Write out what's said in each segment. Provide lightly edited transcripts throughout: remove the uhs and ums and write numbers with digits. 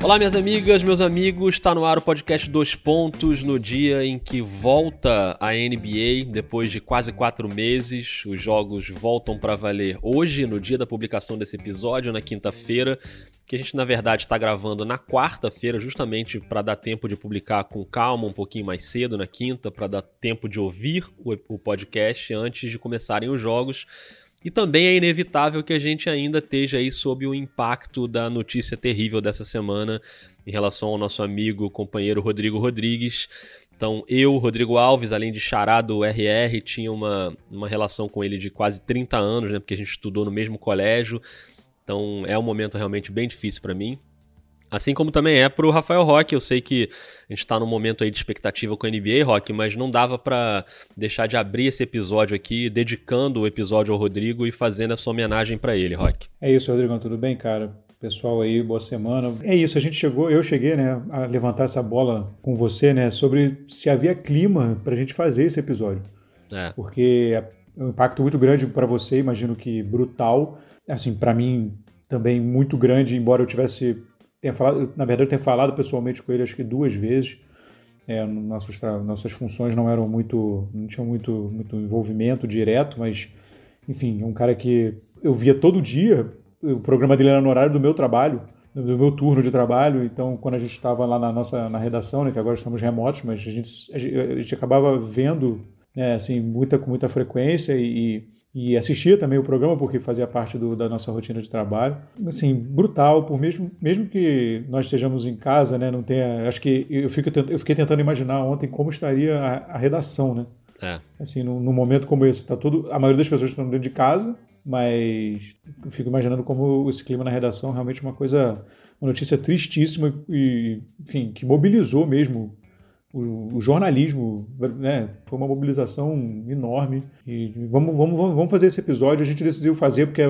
Olá, minhas amigas, meus amigos, está no ar o podcast Dois Pontos, no dia em que volta a NBA, depois de quase 4 meses, os jogos voltam para valer hoje, no dia da publicação desse episódio, na quinta-feira, que a gente, na verdade, está gravando na quarta-feira, justamente para dar tempo de publicar com calma, um pouquinho mais cedo, na quinta, para dar tempo de ouvir o podcast antes de começarem os jogos. E também é inevitável que a gente ainda esteja aí sob o impacto da notícia terrível dessa semana em relação ao nosso amigo, companheiro Rodrigo Rodrigues. Então eu, Rodrigo Alves, além de xará do RR, tinha uma relação com ele de quase 30 anos, né, porque a gente estudou no mesmo colégio. Então é um momento realmente bem difícil para mim. Assim como também é pro Rafael Roque. Eu sei que a gente tá num momento aí de expectativa com a NBA, Roque, mas não dava pra deixar de abrir esse episódio aqui, dedicando o episódio ao Rodrigo e fazendo essa homenagem pra ele, Roque. É isso, Rodrigo, tudo bem, cara? Pessoal aí, boa semana. É isso, eu cheguei, né, a levantar essa bola com você, né, sobre se havia clima pra gente fazer esse episódio. Porque é um impacto muito grande pra você, imagino que brutal. Assim, pra mim também muito grande, embora eu tivesse... Na verdade, eu tenho falado pessoalmente com ele acho que 2 vezes. Nossas funções não tinham muito envolvimento direto, mas, enfim, é um cara que eu via todo dia. O programa dele era no horário do meu trabalho, do meu turno de trabalho. Então, quando a gente estava lá na redação, né, que agora estamos remotos, mas a gente acabava vendo, né, assim, com muita frequência e assistia também o programa porque fazia parte da nossa rotina de trabalho. Assim, brutal, mesmo que nós estejamos em casa, né, não tenha, acho que eu fiquei tentando imaginar ontem como estaria a redação, né? Assim, num momento como esse, a maioria das pessoas estão dentro de casa, mas eu fico imaginando como esse clima na redação é realmente uma notícia tristíssima e, enfim, que mobilizou mesmo o jornalismo, né? Foi uma mobilização enorme e vamos fazer esse episódio. A gente decidiu fazer porque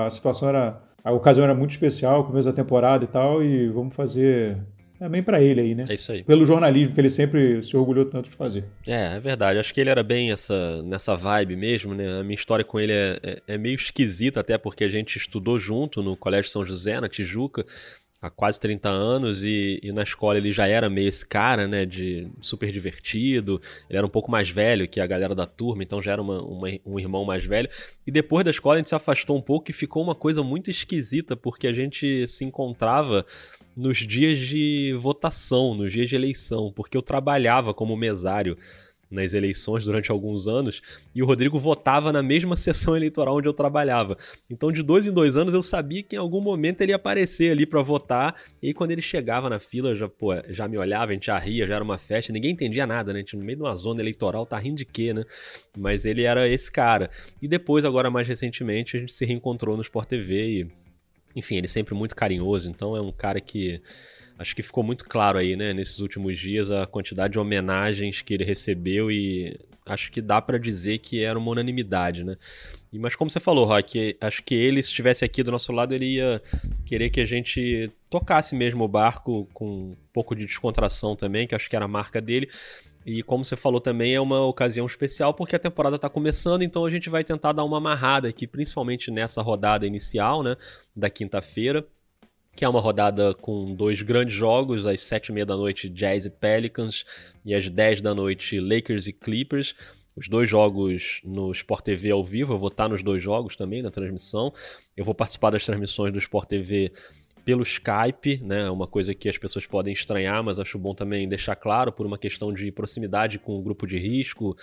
a ocasião era muito especial, começo da temporada e tal, e vamos fazer também para ele aí, né? É isso aí. Pelo jornalismo que ele sempre se orgulhou tanto de fazer. É verdade. Acho que ele era bem nessa vibe mesmo, né? A minha história com ele é meio esquisita, até porque a gente estudou junto no Colégio São José, na Tijuca, há quase 30 anos, e na escola ele já era meio esse cara, né, de super divertido. Ele era um pouco mais velho que a galera da turma, então já era um irmão mais velho. E depois da escola a gente se afastou um pouco e ficou uma coisa muito esquisita, porque a gente se encontrava nos dias de votação, nos dias de eleição, porque eu trabalhava como mesário nas eleições durante alguns anos, e o Rodrigo votava na mesma sessão eleitoral onde eu trabalhava. Então, de 2 em 2 anos, eu sabia que em algum momento ele ia aparecer ali pra votar, e aí quando ele chegava na fila, já me olhava, a gente já ria, já era uma festa, ninguém entendia nada, né? A gente no meio de uma zona eleitoral, tá rindo de quê, né? Mas ele era esse cara. E depois, agora mais recentemente, a gente se reencontrou no Sport TV e, enfim, ele é sempre muito carinhoso, então é um cara que... Acho que ficou muito claro aí, né, nesses últimos dias, a quantidade de homenagens que ele recebeu e acho que dá pra dizer que era uma unanimidade, né? Mas como você falou, Roque, acho que ele, se estivesse aqui do nosso lado, ele ia querer que a gente tocasse mesmo o barco com um pouco de descontração também, que acho que era a marca dele. E como você falou também, é uma ocasião especial porque a temporada está começando, então a gente vai tentar dar uma amarrada aqui, principalmente nessa rodada inicial, né, da quinta-feira, que é uma rodada com 2 grandes jogos, às 7h30 da noite Jazz e Pelicans, e às 10 da noite Lakers e Clippers. Os 2 jogos no Sport TV ao vivo, eu vou estar nos 2 jogos também na transmissão. Eu vou participar das transmissões do Sport TV pelo Skype, né? Uma coisa que as pessoas podem estranhar, mas acho bom também deixar claro, por uma questão de proximidade com o grupo de risco.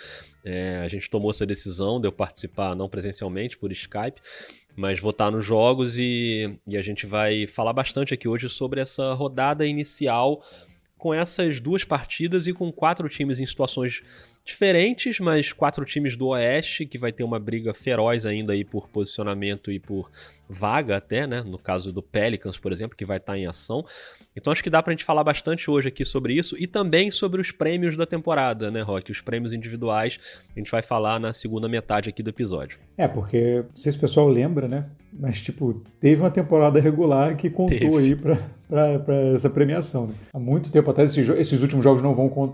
A gente tomou essa decisão de eu participar não presencialmente, por Skype, mas vou estar nos jogos e a gente vai falar bastante aqui hoje sobre essa rodada inicial com essas 2 partidas e com 4 times em situações diferentes, mas 4 times do Oeste, que vai ter uma briga feroz ainda aí por posicionamento e por vaga até, né? No caso do Pelicans, por exemplo, que vai estar em ação. Então acho que dá pra gente falar bastante hoje aqui sobre isso e também sobre os prêmios da temporada, né, Roque? Os prêmios individuais a gente vai falar na segunda metade aqui do episódio. Porque, não sei se o pessoal lembra, né? Mas, teve uma temporada regular que contou aí pra essa premiação, né? Há muito tempo atrás, esses últimos jogos não vão contar,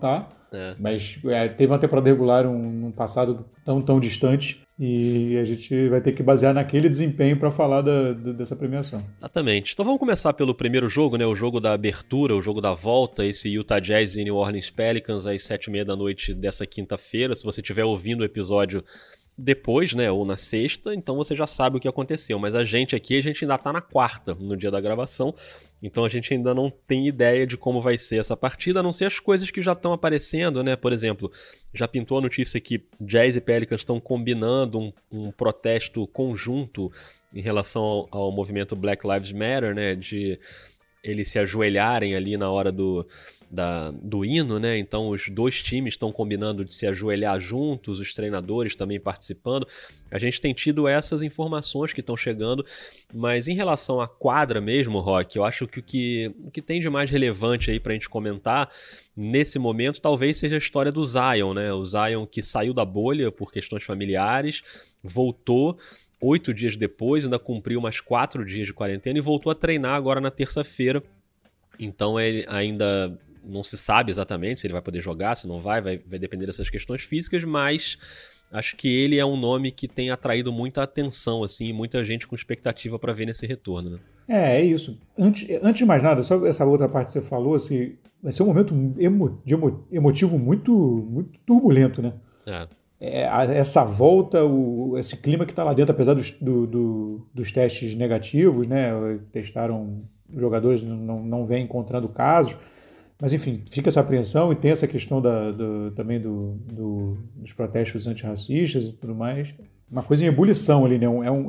Mas teve uma temporada regular num passado tão distante e a gente vai ter que basear naquele desempenho para falar dessa premiação. Exatamente. Então vamos começar pelo primeiro jogo, né? O jogo da abertura, o jogo da volta, esse Utah Jazz e New Orleans Pelicans às 7h30 dessa quinta-feira. Se você estiver ouvindo o episódio depois, né, ou na sexta, então você já sabe o que aconteceu. Mas a gente ainda tá na quarta, no dia da gravação, então a gente ainda não tem ideia de como vai ser essa partida, a não ser as coisas que já estão aparecendo, né? Por exemplo, já pintou a notícia que Jazz e Pelicans estão combinando um protesto conjunto em relação ao movimento Black Lives Matter, né, de eles se ajoelharem ali na hora do hino, né? Então os dois times estão combinando de se ajoelhar juntos, os treinadores também participando. A gente tem tido essas informações que estão chegando, mas em relação à quadra mesmo, Rock, eu acho que o que tem de mais relevante aí pra gente comentar nesse momento talvez seja a história do Zion, né? O Zion que saiu da bolha por questões familiares, voltou 8 dias depois, ainda cumpriu mais 4 dias de quarentena e voltou a treinar agora na terça-feira. Então ele ainda não se sabe exatamente se ele vai poder jogar, se não vai depender dessas questões físicas, mas acho que ele é um nome que tem atraído muita atenção, assim, muita gente com expectativa para ver nesse retorno, né? É isso. Antes de mais nada, só essa outra parte que você falou, assim, vai ser um momento emotivo muito, muito turbulento, né? Essa volta, esse clima que está lá dentro, apesar dos testes negativos, né? Testaram, os jogadores não vêm encontrando casos, mas enfim, fica essa apreensão e tem essa questão também dos protestos antirracistas e tudo mais. Uma coisa em ebulição ali, né?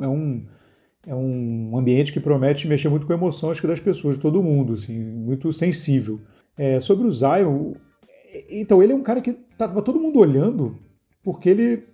É um ambiente que promete mexer muito com a emoção, acho que das pessoas, de todo mundo, assim, muito sensível. Sobre o Zion, então ele é um cara que estava todo mundo olhando porque ele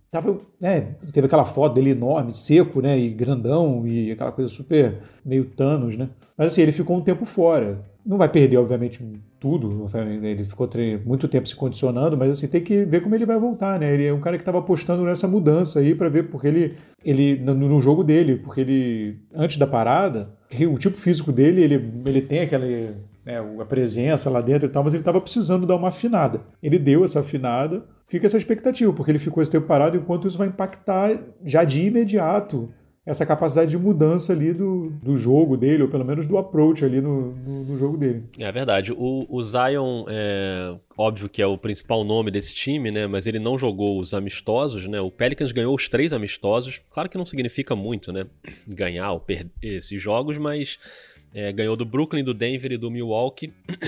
teve aquela foto dele enorme, seco, né, e grandão, e aquela coisa super meio Thanos, né? Mas assim, ele ficou um tempo fora. Não vai perder, obviamente, tudo. Ele ficou muito tempo se condicionando, mas assim, tem que ver como ele vai voltar, né? Ele é um cara que estava apostando nessa mudança aí para ver, porque ele no jogo dele, porque ele, antes da parada, o tipo físico dele, ele tem aquela, né, a presença lá dentro e tal, mas ele estava precisando dar uma afinada. Ele deu essa afinada, fica essa expectativa, porque ele ficou esse tempo parado, enquanto isso vai impactar já de imediato essa capacidade de mudança ali do jogo dele, ou pelo menos do approach ali no jogo dele. É verdade. O Zion, óbvio que é o principal nome desse time, né? Mas ele não jogou os amistosos, né? O Pelicans ganhou os 3 amistosos. Claro que não significa muito, né? Ganhar ou perder esses jogos, mas ganhou do Brooklyn, do Denver e do Milwaukee.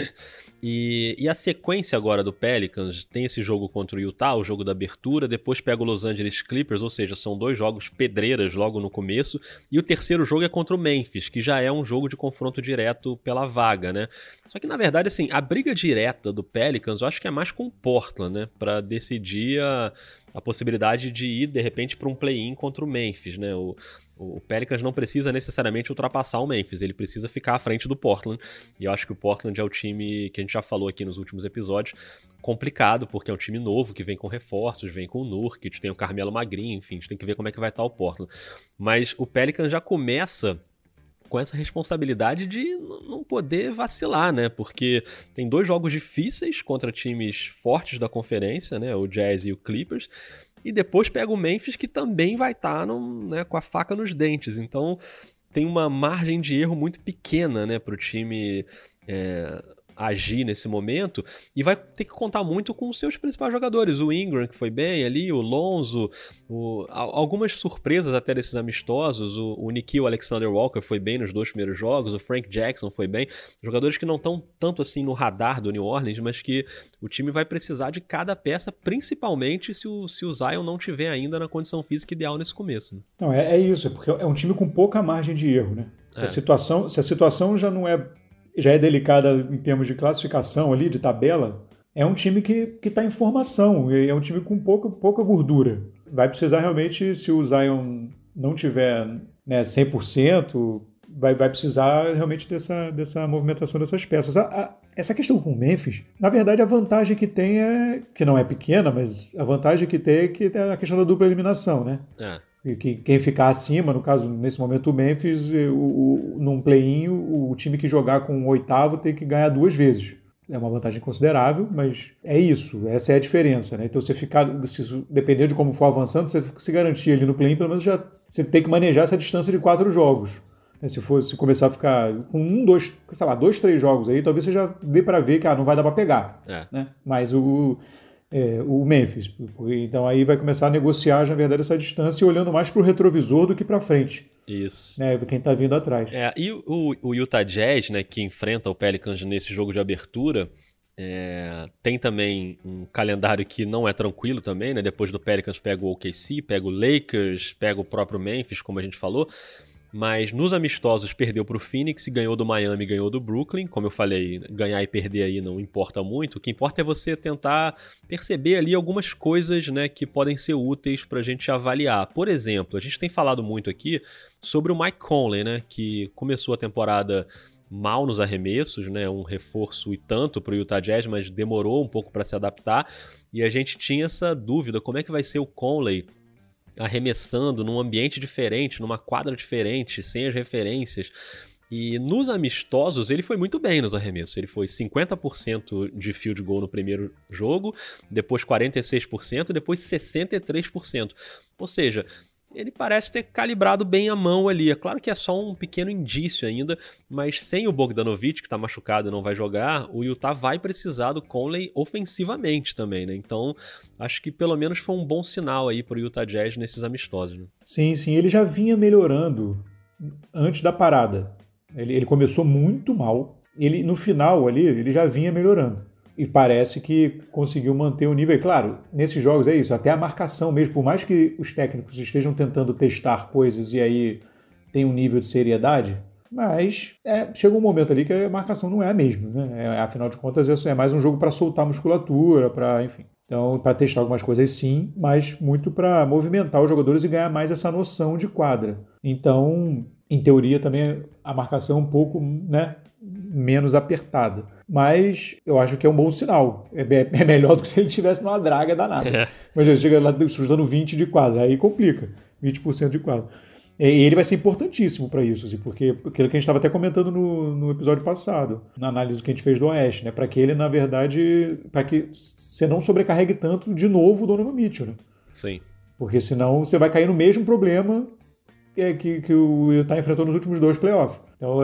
E a sequência agora do Pelicans tem esse jogo contra o Utah, o jogo da abertura, depois pega o Los Angeles Clippers, ou seja, são 2 jogos pedreiras logo no começo, e o terceiro jogo é contra o Memphis, que já é um jogo de confronto direto pela vaga, né? Só que na verdade, assim, a briga direta do Pelicans eu acho que é mais com o Portland, né? Pra decidir a possibilidade de ir, de repente, para um play-in contra o Memphis, né? O Pelicans não precisa necessariamente ultrapassar o Memphis, ele precisa ficar à frente do Portland, e eu acho que o Portland é o time que a gente já falou aqui nos últimos episódios, complicado, porque é um time novo, que vem com reforços, vem com o Nurkic, tem o Carmelo Magrinho, enfim, a gente tem que ver como é que vai estar o Portland. Mas o Pelicans já começa com essa responsabilidade de não poder vacilar, né? Porque tem 2 jogos difíceis contra times fortes da conferência, né? O Jazz e o Clippers, e depois pega o Memphis, que também vai estar com a faca nos dentes. Então tem uma margem de erro muito pequena, né, para o time agir nesse momento, e vai ter que contar muito com os seus principais jogadores, o Ingram, que foi bem ali, o Lonzo, algumas surpresas até desses amistosos, o Nickeil Alexander-Walker foi bem nos 2 primeiros jogos, o Frank Jackson foi bem, jogadores que não estão tanto assim no radar do New Orleans, mas que o time vai precisar de cada peça, principalmente se o Zion não tiver ainda na condição física ideal nesse começo. Não, é isso, porque é um time com pouca margem de erro, né? Se a situação já é delicada em termos de classificação ali, de tabela, é um time que está em formação, é um time com pouca gordura. Vai precisar realmente, se o Zion não tiver 100%, vai precisar realmente dessa movimentação dessas peças. Essa questão com o Memphis, na verdade a vantagem que tem que não é pequena, mas a vantagem que tem é a questão da dupla eliminação, né? Que quem ficar acima, no caso, nesse momento o Memphis, num play-in, o time que jogar com o 8º tem que ganhar 2 vezes. É uma vantagem considerável, mas é isso, essa é a diferença, né? Então você ficar, dependendo de como for avançando, você se garantir ali no play-in, pelo menos já você tem que manejar essa distância de 4 jogos. Se começar a ficar com 2, 3 jogos aí, talvez você já dê para ver que não vai dar para pegar. Né? Mas o Memphis. Então aí vai começar a negociar, na verdade, essa distância olhando mais para o retrovisor do que para frente. Isso. Né, quem está vindo atrás. E o Utah Jazz, né, que enfrenta o Pelicans nesse jogo de abertura, tem também um calendário que não é tranquilo também, né? Depois do Pelicans pega o OKC, pega o Lakers, pega o próprio Memphis, como a gente falou. Mas nos amistosos perdeu para o Phoenix, ganhou do Miami, ganhou do Brooklyn. Como eu falei, ganhar e perder aí não importa muito. O que importa é você tentar perceber ali algumas coisas, né, que podem ser úteis para a gente avaliar. Por exemplo, a gente tem falado muito aqui sobre o Mike Conley, né, que começou a temporada mal nos arremessos, né, um reforço e tanto para o Utah Jazz, mas demorou um pouco para se adaptar. E a gente tinha essa dúvida, como é que vai ser o Conley arremessando num ambiente diferente, numa quadra diferente, sem as referências. E nos amistosos ele foi muito bem nos arremessos. Ele foi 50% de field goal no primeiro jogo, depois 46%, depois 63%. Ou seja, ele parece ter calibrado bem a mão ali. É claro que é só um pequeno indício ainda, mas sem o Bogdanovic, que está machucado e não vai jogar, o Utah vai precisar do Conley ofensivamente também, né? Então, acho que pelo menos foi um bom sinal aí para o Utah Jazz nesses amistosos. Né? Sim, ele já vinha melhorando antes da parada. Ele começou muito mal. No final ali, ele já vinha melhorando. E parece que conseguiu manter o nível. E, claro, nesses jogos é isso, até a marcação mesmo, por mais que os técnicos estejam tentando testar coisas e aí tem um nível de seriedade, mas chega um momento ali que a marcação não é a mesma, né? Afinal de contas, isso é mais um jogo para soltar musculatura, enfim. Então, para testar algumas coisas sim, mas muito para movimentar os jogadores e ganhar mais essa noção de quadra. Então, em teoria, também a marcação é um pouco, né, menos apertada. Mas eu acho que é um bom sinal. É melhor do que se ele estivesse numa draga danada. Mas ele chega lá chutando 20 de quadra, aí complica. 20% de quadra. E ele vai ser importantíssimo para isso, assim, porque aquilo que a gente estava até comentando no episódio passado, na análise que a gente fez do Oeste, né? Para que ele, na verdade, para que você não sobrecarregue tanto de novo o Donovan Mitchell, né? Sim. Porque senão você vai cair no mesmo problema que o Utah enfrentou nos últimos 2 playoffs. Então,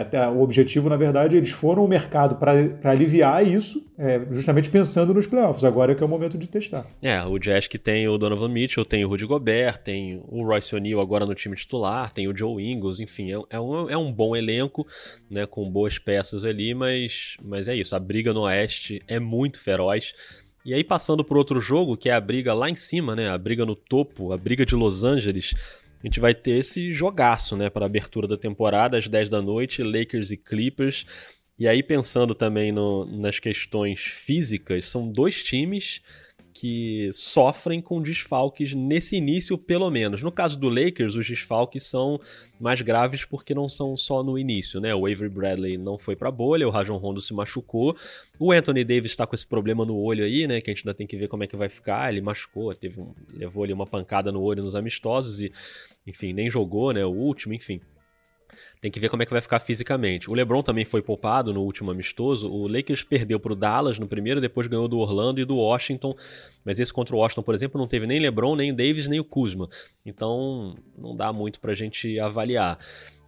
o objetivo, na verdade, eles foram ao mercado para aliviar isso, justamente pensando nos playoffs. Agora é que é o momento de testar. O Jazz que tem o Donovan Mitchell, tem o Rudy Gobert, tem o Royce O'Neal agora no time titular, tem o Joe Ingles, enfim, é um bom elenco, né, com boas peças ali, mas é isso, a briga no Oeste é muito feroz. E aí, passando por outro jogo, que é a briga lá em cima, né, a briga no topo, a briga de Los Angeles, a gente vai ter esse jogaço, né, para a abertura da temporada, às 10 da noite, Lakers e Clippers. E aí, pensando também nas questões físicas, são 2 times que sofrem com desfalques nesse início, pelo menos. No caso do Lakers, os desfalques são mais graves porque não são só no início, né? O Avery Bradley não foi pra bolha, o Rajon Rondo se machucou, o Anthony Davis tá com esse problema no olho aí, né? Que a gente ainda tem que ver como é que vai ficar. Ele machucou, levou ali uma pancada no olho nos amistosos e, enfim, nem jogou, né? O último, enfim. Tem que ver como é que vai ficar fisicamente. O LeBron também foi poupado no último amistoso. O Lakers perdeu para o Dallas no primeiro, depois ganhou do Orlando e do Washington. Mas esse contra o Washington, por exemplo, não teve nem LeBron, nem Davis, nem o Kuzma. Então não dá muito para a gente avaliar.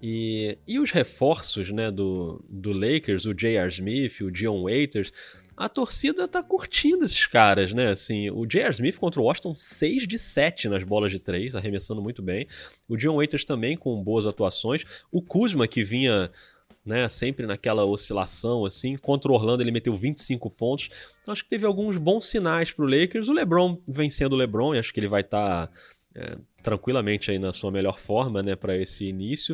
E os reforços, né, do Lakers, o J.R. Smith, o Dion Waiters, a torcida tá curtindo esses caras, né? Assim, o J.R. Smith contra o Washington, 6 de 7 nas bolas de 3, arremessando muito bem. O Dion Waiters também com boas atuações. O Kuzma, que vinha, né, sempre naquela oscilação, assim, contra o Orlando ele meteu 25 pontos. Então acho que teve alguns bons sinais pro Lakers. O LeBron vencendo o LeBron, e acho que ele vai estar tranquilamente aí na sua melhor forma, né, para esse início.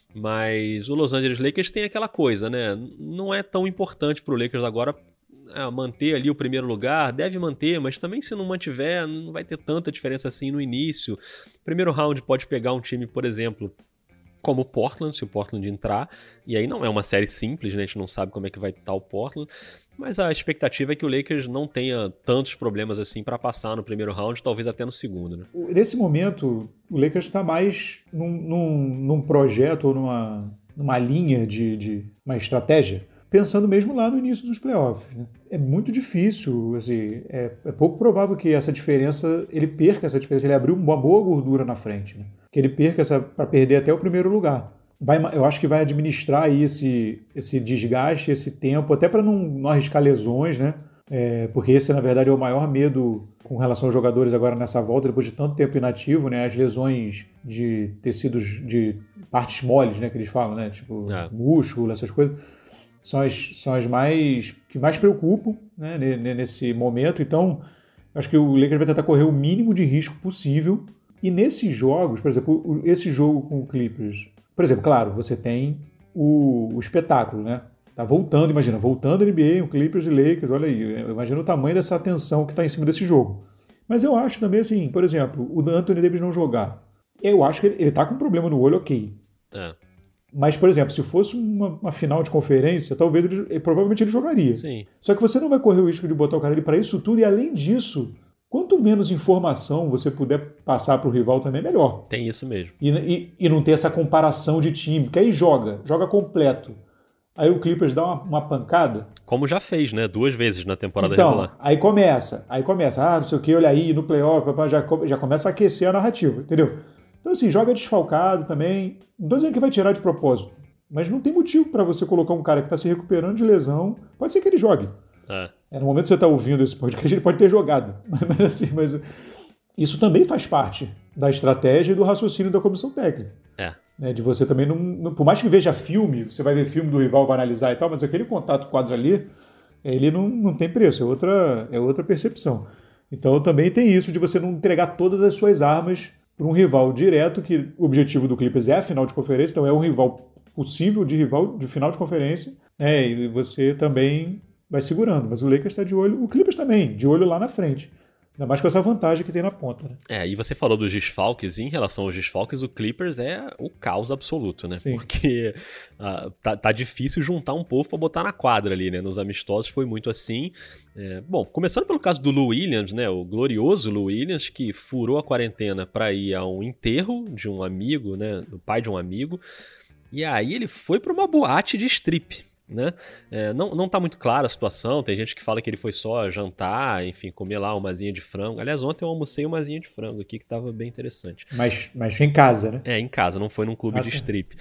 Mas o Los Angeles Lakers tem aquela coisa, né? Não é tão importante pro Lakers agora manter ali o primeiro lugar, deve manter, mas também se não mantiver, não vai ter tanta diferença assim no início. Primeiro round pode pegar um time, por exemplo, como o Portland, se o Portland entrar, e aí não é uma série simples, né? A gente não sabe como é que vai estar o Portland, mas a expectativa é que o Lakers não tenha tantos problemas assim para passar no primeiro round, talvez até no segundo, né? Nesse momento, o Lakers está mais num projeto ou numa linha de uma estratégia pensando mesmo lá no início dos playoffs, né? É muito difícil, assim, é pouco provável que essa diferença, ele perca essa diferença, ele abriu uma boa gordura na frente, né? Que ele perca para perder até o primeiro lugar. Eu acho que vai administrar aí esse desgaste, esse tempo, até para não arriscar lesões, né? Porque esse, na verdade, é o maior medo com relação aos jogadores agora nessa volta, depois de tanto tempo inativo, né? As lesões de tecidos, de partes moles, né? Que eles falam, né? Tipo, músculo, essas coisas, são as que mais preocupam, né? Nesse momento. Então, acho que o Lakers vai tentar correr o mínimo de risco possível. E nesses jogos, por exemplo, esse jogo com o Clippers, por exemplo, claro, você tem o espetáculo, né? Tá voltando, imagina, voltando a NBA, o Clippers e Lakers, olha aí, imagina o tamanho dessa tensão que está em cima desse jogo. Mas eu acho também assim, por exemplo, o Anthony Davis não jogar, eu acho que ele tá com um problema no olho, ok. Mas, por exemplo, se fosse uma final de conferência, talvez provavelmente ele jogaria. Sim. Só que você não vai correr o risco de botar o cara ali para isso tudo, e além disso, quanto menos informação você puder passar para o rival também, melhor. Tem isso mesmo. E não ter essa comparação de time, porque aí joga completo. Aí o Clippers dá uma pancada. Como já fez, né? 2 vezes na temporada regular. Aí começa. Não sei o que, olha aí, no playoff, já começa a aquecer a narrativa, entendeu? Então assim, joga desfalcado também. Não tô dizendo que vai tirar de propósito, mas não tem motivo para você colocar um cara que tá se recuperando de lesão. Pode ser que ele jogue. No momento que você tá ouvindo esse podcast, ele pode ter jogado. Mas isso também faz parte da estratégia e do raciocínio da comissão técnica. De você também não. Por mais que veja filme, você vai ver filme do rival, vai analisar e tal, mas aquele contato quadro ali, ele não tem preço, é outra percepção. Então também tem isso de você não entregar todas as suas armas para um rival direto, que o objetivo do Clippers é a final de conferência, então é um rival possível de final de conferência, e você também vai segurando. Mas o Lakers está de olho, o Clippers também, de olho lá na frente. Ainda mais com essa vantagem que tem na ponta, né? E você falou dos desfalques, e em relação aos desfalques, o Clippers é o caos absoluto, né? Sim. Porque tá difícil juntar um povo pra botar na quadra ali, né? Nos amistosos foi muito assim. Bom, começando pelo caso do Lou Williams, né? O glorioso Lou Williams, que furou a quarentena pra ir a um enterro de um amigo, né? Do pai de um amigo. E aí ele foi pra uma boate de strip. Né? Não tá muito clara a situação, tem gente que fala que ele foi só jantar, enfim, comer lá uma asinha de frango. Aliás, ontem eu almocei uma asinha de frango aqui que tava bem interessante. Mas foi em casa, né? Em casa, não foi num clube de strip.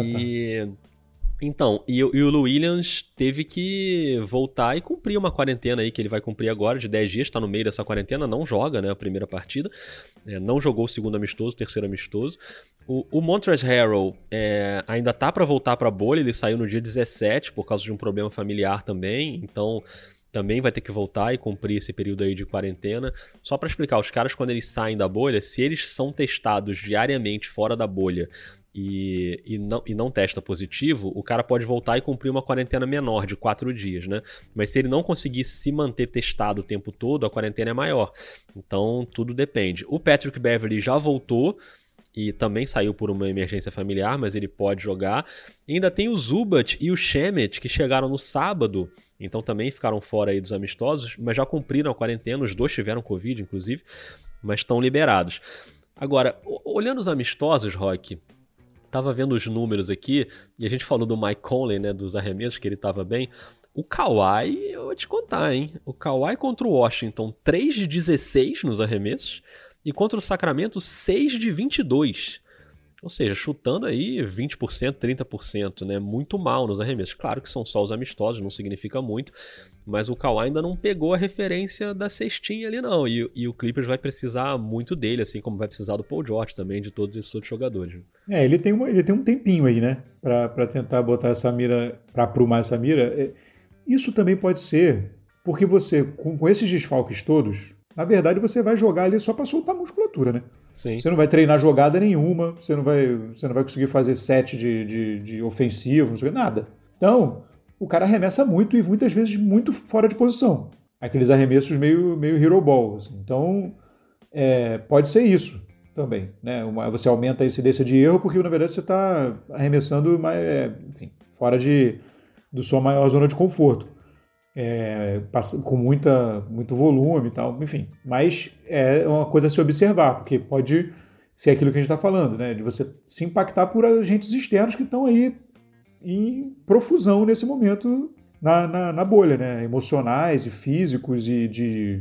Então, e o Lou Williams teve que voltar e cumprir uma quarentena aí, que ele vai cumprir agora, de 10 dias, tá no meio dessa quarentena, não joga, né, a primeira partida, não jogou o segundo amistoso, o terceiro amistoso. O Montrezl Harrell ainda tá para voltar pra bolha, ele saiu no dia 17 por causa de um problema familiar também, então também vai ter que voltar e cumprir esse período aí de quarentena. Só para explicar, os caras quando eles saem da bolha, se eles são testados diariamente fora da bolha e não testa positivo, o cara pode voltar e cumprir uma quarentena menor de 4 dias, né? Mas se ele não conseguir se manter testado o tempo todo, a quarentena é maior. Então, tudo depende. O Patrick Beverley já voltou e também saiu por uma emergência familiar, mas ele pode jogar. E ainda tem o Zubac e o Shamet, que chegaram no sábado, então também ficaram fora aí dos amistosos, mas já cumpriram a quarentena, os dois tiveram Covid, inclusive, mas estão liberados. Agora, olhando os amistosos, Rock, tava vendo os números aqui, e a gente falou do Mike Conley, né, dos arremessos, que ele tava bem. O Kawhi, eu vou te contar, hein? O Kawhi contra o Washington, 3 de 16 nos arremessos, e contra o Sacramento, 6 de 22. Ou seja, chutando aí 20%, 30%, né? Muito mal nos arremessos. Claro que são só os amistosos, não significa muito, mas o Kawhi ainda não pegou a referência da cestinha ali, não. E o Clippers vai precisar muito dele, assim como vai precisar do Paul George também, de todos esses outros jogadores. Ele tem um tempinho aí, né? Pra tentar botar essa mira, pra aprumar essa mira. Isso também pode ser porque você, com esses desfalques todos, na verdade você vai jogar ali só pra soltar a musculatura, né? Sim. Você não vai treinar jogada nenhuma, você não vai conseguir fazer set de ofensivo, não sei nada. Então, o cara arremessa muito e muitas vezes muito fora de posição. Aqueles arremessos meio hero ball. Assim. Então, pode ser isso também. Né? Você aumenta a incidência de erro porque, na verdade, você está arremessando fora da sua maior zona de conforto. Com muito volume e tal, enfim. Mas é uma coisa a se observar, porque pode ser aquilo que a gente está falando, né? De você se impactar por agentes externos que estão aí em profusão nesse momento na bolha, né? Emocionais e físicos e de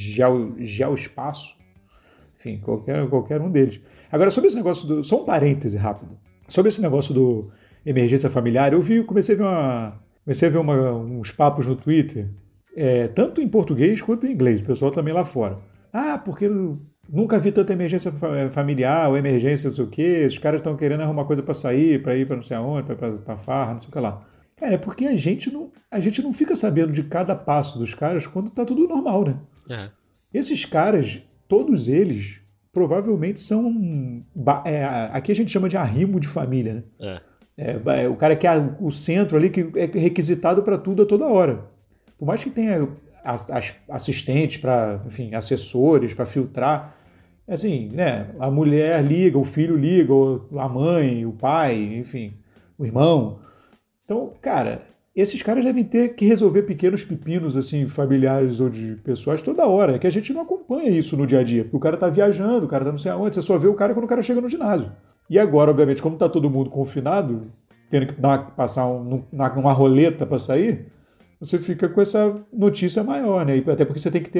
geoespaço. Enfim, qualquer um deles. Agora, sobre esse negócio do... Só um parêntese rápido. Sobre esse negócio do emergência familiar, comecei a ver uns papos no Twitter, tanto em português quanto em inglês, o pessoal também lá fora. Porque nunca vi tanta emergência familiar, ou emergência não sei o quê, os caras estão querendo arrumar coisa para sair, para ir para não sei aonde, para farra, não sei o que lá. Cara, é porque a gente não fica sabendo de cada passo dos caras quando tá tudo normal, né? Esses caras, todos eles, provavelmente são... aqui a gente chama de arrimo de família, né? O cara que é o centro ali, que é requisitado para tudo a toda hora. Por mais que tenha assistentes, enfim, assessores para filtrar, assim, né? A mulher liga, o filho liga, a mãe, o pai, enfim, o irmão. Então, cara, esses caras devem ter que resolver pequenos pepinos, assim, familiares ou de pessoas toda hora. É que a gente não acompanha isso no dia a dia. Porque o cara tá viajando, o cara tá não sei aonde, você só vê o cara quando o cara chega no ginásio. E agora, obviamente, como tá todo mundo confinado, tendo que passar uma roleta para sair, você fica com essa notícia maior, né? Até porque você tem que ter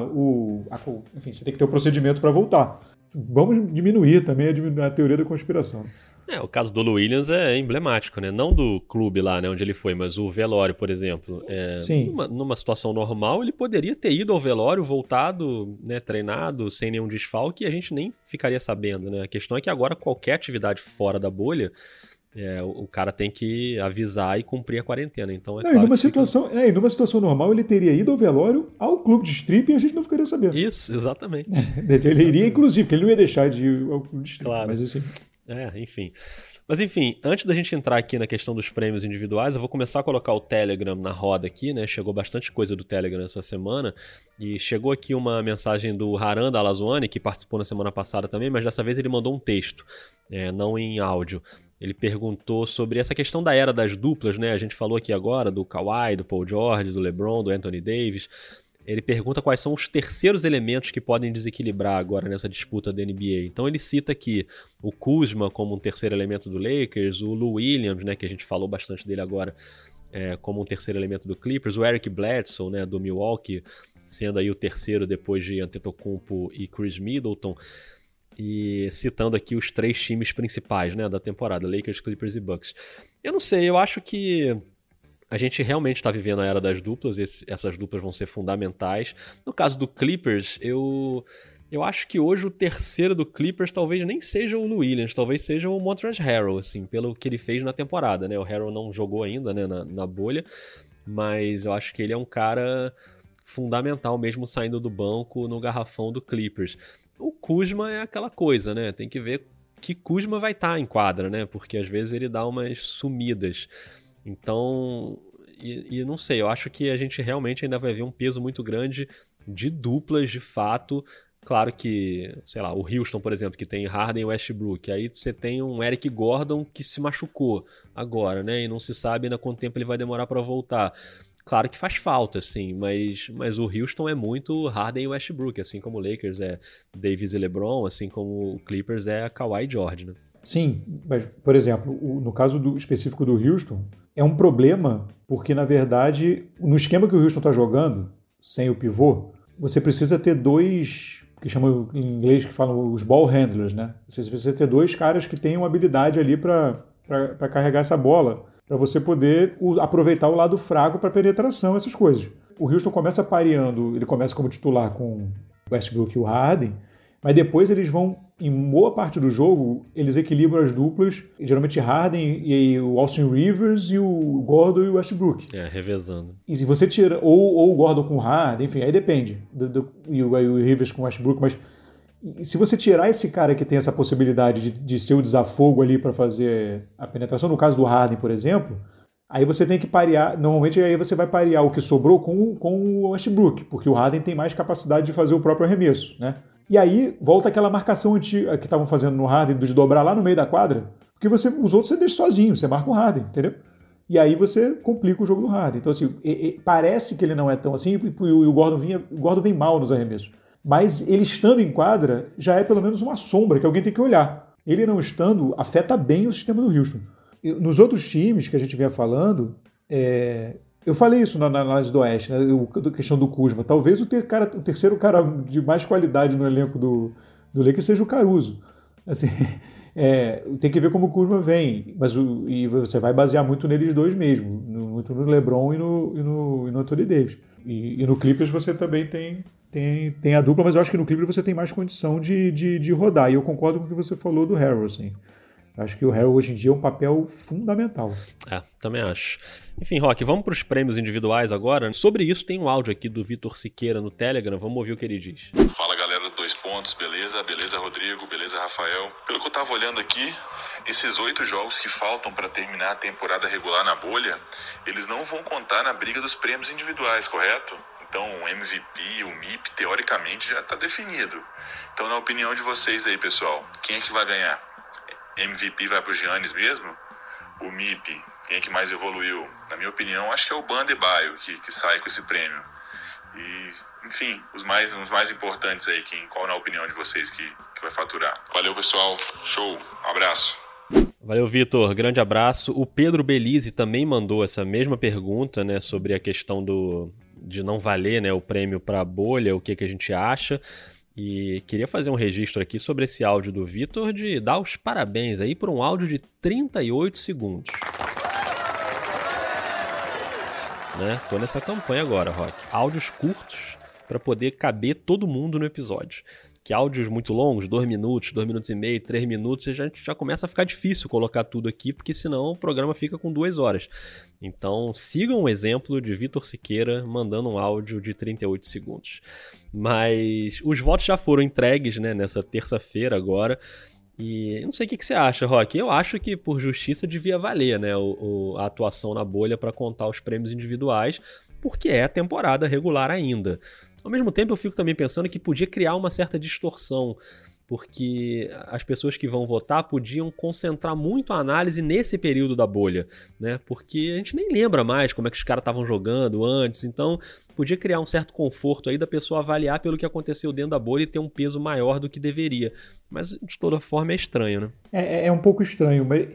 enfim, você tem que ter o procedimento para voltar. Vamos diminuir também a teoria da conspiração. O caso do Lou Williams é emblemático, né? Não do clube lá, né, onde ele foi, mas o velório, por exemplo. Sim. Numa situação normal, ele poderia ter ido ao velório, voltado, né, treinado, sem nenhum desfalque, e a gente nem ficaria sabendo, né? A questão é que agora qualquer atividade fora da bolha, o cara tem que avisar e cumprir a quarentena. Então claro numa situação normal, ele teria ido ao velório, ao clube de strip, e a gente não ficaria sabendo. Isso, exatamente. Ele iria, inclusive, porque ele não ia deixar de ir ao clube de strip. Claro. Mas assim... enfim. Mas enfim, antes da gente entrar aqui na questão dos prêmios individuais, eu vou começar a colocar o Telegram na roda aqui, né? Chegou bastante coisa do Telegram essa semana, e chegou aqui uma mensagem do Haran da Alazuani, que participou na semana passada também, mas dessa vez ele mandou um texto, não em áudio. Ele perguntou sobre essa questão da era das duplas, né? A gente falou aqui agora do Kawhi, do Paul George, do LeBron, do Anthony Davis. Ele pergunta quais são os terceiros elementos que podem desequilibrar agora nessa disputa da NBA. Então ele cita aqui o Kuzma como um terceiro elemento do Lakers, o Lou Williams, né, que a gente falou bastante dele agora, como um terceiro elemento do Clippers, o Eric Bledsoe, né, do Milwaukee, sendo aí o terceiro depois de Antetokounmpo e Chris Middleton, e citando aqui os três times principais, né, da temporada, Lakers, Clippers e Bucks. Eu não sei, eu acho que a gente realmente está vivendo a era das duplas, essas duplas vão ser fundamentais. No caso do Clippers, eu acho que hoje o terceiro do Clippers talvez nem seja o Lou Williams, talvez seja o Montrezl Harrell, assim, pelo que ele fez na temporada, né? O Harrell não jogou ainda, né, na bolha, mas eu acho que ele é um cara fundamental mesmo saindo do banco no garrafão do Clippers. O Kuzma é aquela coisa, né? Tem que ver que Kuzma vai estar em quadra, né? Porque às vezes ele dá umas sumidas. Então, e não sei, eu acho que a gente realmente ainda vai ver um peso muito grande de duplas, de fato. Claro que, sei lá, o Houston, por exemplo, que tem Harden e Westbrook, aí você tem um Eric Gordon que se machucou agora, né, e não se sabe ainda quanto tempo ele vai demorar para voltar. Claro que faz falta, sim, mas o Houston é muito Harden e Westbrook, assim como o Lakers é Davis e LeBron, assim como o Clippers é Kawhi e George, né? Sim, mas, por exemplo, no caso específico do Houston, é um problema porque, na verdade, no esquema que o Houston está jogando, sem o pivô, você precisa ter dois, que chamam em inglês, que falam os ball handlers, né? Você precisa ter dois caras que tenham habilidade ali para carregar essa bola, para você poder aproveitar o lado fraco para penetração, essas coisas. O Houston começa pareando, ele começa como titular com o Westbrook e o Harden, mas depois eles vão, em boa parte do jogo, eles equilibram as duplas, geralmente Harden e o Austin Rivers e o Gordon e o Westbrook. Revezando. E se você tira, ou o Gordon com o Harden, enfim, aí depende, e o Rivers com o Westbrook, mas se você tirar esse cara que tem essa possibilidade de ser o desafogo ali para fazer a penetração, no caso do Harden, por exemplo, aí você tem que parear, normalmente aí você vai parear o que sobrou com o Westbrook, porque o Harden tem mais capacidade de fazer o próprio arremesso, né? E aí volta aquela marcação antiga que estavam fazendo no Harden, de dobrar lá no meio da quadra, porque os outros você deixa sozinho, você marca o Harden, entendeu? E aí você complica o jogo do Harden. Então, assim, parece que ele não é tão assim, e o Gordon vem mal nos arremessos. Mas ele estando em quadra, já é pelo menos uma sombra que alguém tem que olhar. Ele não estando, afeta bem o sistema do Houston. Nos outros times que a gente vinha falando, eu falei isso na análise do Oeste, né? A questão do Kuzma. Talvez o terceiro cara de mais qualidade no elenco do Lakers seja o Caruso. Assim, tem que ver como o Kuzma vem, e você vai basear muito neles dois mesmo, muito no LeBron e no Anthony Davis. E no Clippers você também tem a dupla, mas eu acho que no Clippers você tem mais condição de rodar. E eu concordo com o que você falou do Harrell, assim. Acho que o Harrell hoje em dia é um papel fundamental. Também acho. Enfim, Rock, vamos para os prêmios individuais agora. Sobre isso tem um áudio aqui do Vitor Siqueira no Telegram, vamos ouvir o que ele diz. Fala galera do 2 Pontos, beleza? Beleza Rodrigo, beleza Rafael? Pelo que eu tava olhando aqui, esses 8 jogos que faltam para terminar a temporada regular na bolha, eles não vão contar na briga dos prêmios individuais, correto? Então o MVP, o MIP, teoricamente já tá definido. Então na opinião de vocês aí, pessoal, quem é que vai ganhar? MVP vai pro Giannis mesmo? O MIP, quem é que mais evoluiu? Na minha opinião, acho que é o Bam Adebayo que sai com esse prêmio. E, enfim, os mais importantes aí, qual na opinião de vocês que vai faturar? Valeu, pessoal. Show. Abraço. Valeu, Vitor. Grande abraço. O Pedro Belize também mandou essa mesma pergunta, né, sobre a questão de não valer, né, o prêmio para a bolha, o que a gente acha. E queria fazer um registro aqui sobre esse áudio do Vitor, de dar os parabéns aí por um áudio de 38 segundos. Né? Tô nessa campanha agora, Rock. Áudios curtos para poder caber todo mundo no episódio. Que áudios muito longos, 2 minutos, 2 minutos e meio, 3 minutos, já começa a ficar difícil colocar tudo aqui, porque senão o programa fica com 2 horas. Então sigam o exemplo de Vitor Siqueira mandando um áudio de 38 segundos. Mas os votos já foram entregues, né, nessa terça-feira agora. E não sei o que você acha, Rock. Eu acho que por justiça devia valer, né, a atuação na bolha para contar os prêmios individuais, porque é temporada regular ainda. Ao mesmo tempo, eu fico também pensando que podia criar uma certa distorção, porque as pessoas que vão votar podiam concentrar muito a análise nesse período da bolha, né? Porque a gente nem lembra mais como é que os caras estavam jogando antes, então podia criar um certo conforto aí da pessoa avaliar pelo que aconteceu dentro da bolha e ter um peso maior do que deveria. Mas, de toda forma, é estranho, né? É um pouco estranho, mas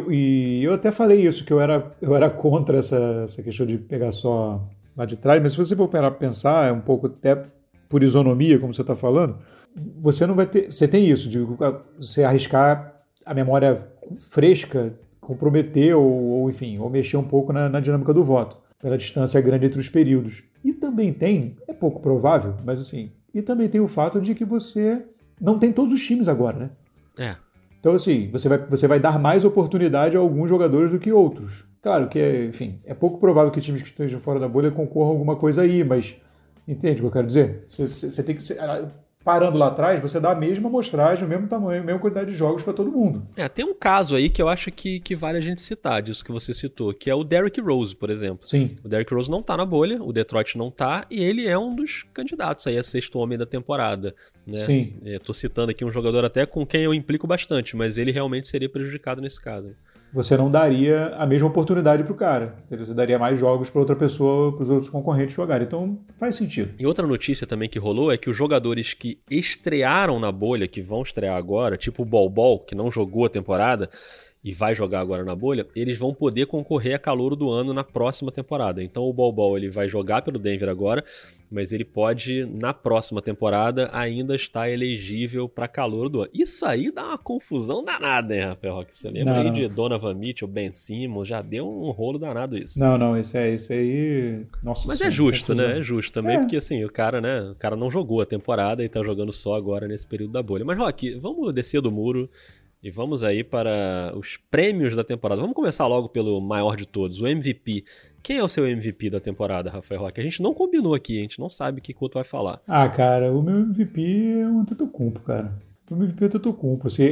eu até falei isso, que eu era contra essa questão de pegar só lá de trás, mas se você for pensar, é um pouco até por isonomia, como você está falando, você não vai ter. Você tem isso, de você arriscar a memória fresca, comprometer ou enfim, ou mexer um pouco na dinâmica do voto, pela distância grande entre os períodos. E também tem, é pouco provável, mas assim, e também tem o fato de que você não tem todos os times agora, né? Então, assim, você vai dar mais oportunidade a alguns jogadores do que outros. Claro que, enfim, é pouco provável que times que estejam fora da bolha concorram a alguma coisa aí, mas entende o que eu quero dizer? Você tem que... Parando lá atrás, você dá a mesma amostragem, o mesmo tamanho, a mesma quantidade de jogos para todo mundo. Tem um caso aí que eu acho que vale a gente citar, disso que você citou, que é o Derrick Rose, por exemplo. Sim. O Derrick Rose não tá na bolha, o Detroit não tá, e ele é um dos candidatos aí a 6º homem da temporada. Né? Sim. Tô citando aqui um jogador até com quem eu implico bastante, mas ele realmente seria prejudicado nesse caso. Você não daria a mesma oportunidade pro cara. Você daria mais jogos para outra pessoa, para os outros concorrentes jogarem. Então faz sentido. E outra notícia também que rolou é que os jogadores que estrearam na bolha, que vão estrear agora, tipo o Bol Bol, que não jogou a temporada e vai jogar agora na bolha, eles vão poder concorrer a calouro do ano na próxima temporada. Então o Bol Bol ele vai jogar pelo Denver agora, mas ele pode, na próxima temporada, ainda estar elegível para calouro do ano. Isso aí dá uma confusão danada, hein, Rafael Roque? Você lembra aí de Donovan Mitchell, Ben Simmons? Já deu um rolo danado isso. Não, isso aí... Nossa, mas é justo, né? É justo também, porque assim, o cara não jogou a temporada e tá jogando só agora nesse período da bolha. Mas, Roque, vamos descer do muro e vamos aí para os prêmios da temporada. Vamos começar logo pelo maior de todos, o MVP. Quem é o seu MVP da temporada, Rafael Roque? A gente não combinou aqui, a gente não sabe o que o outro vai falar. Cara, o meu MVP é o Antetokounmpo, cara. O meu MVP é o Antetokounmpo. Assim,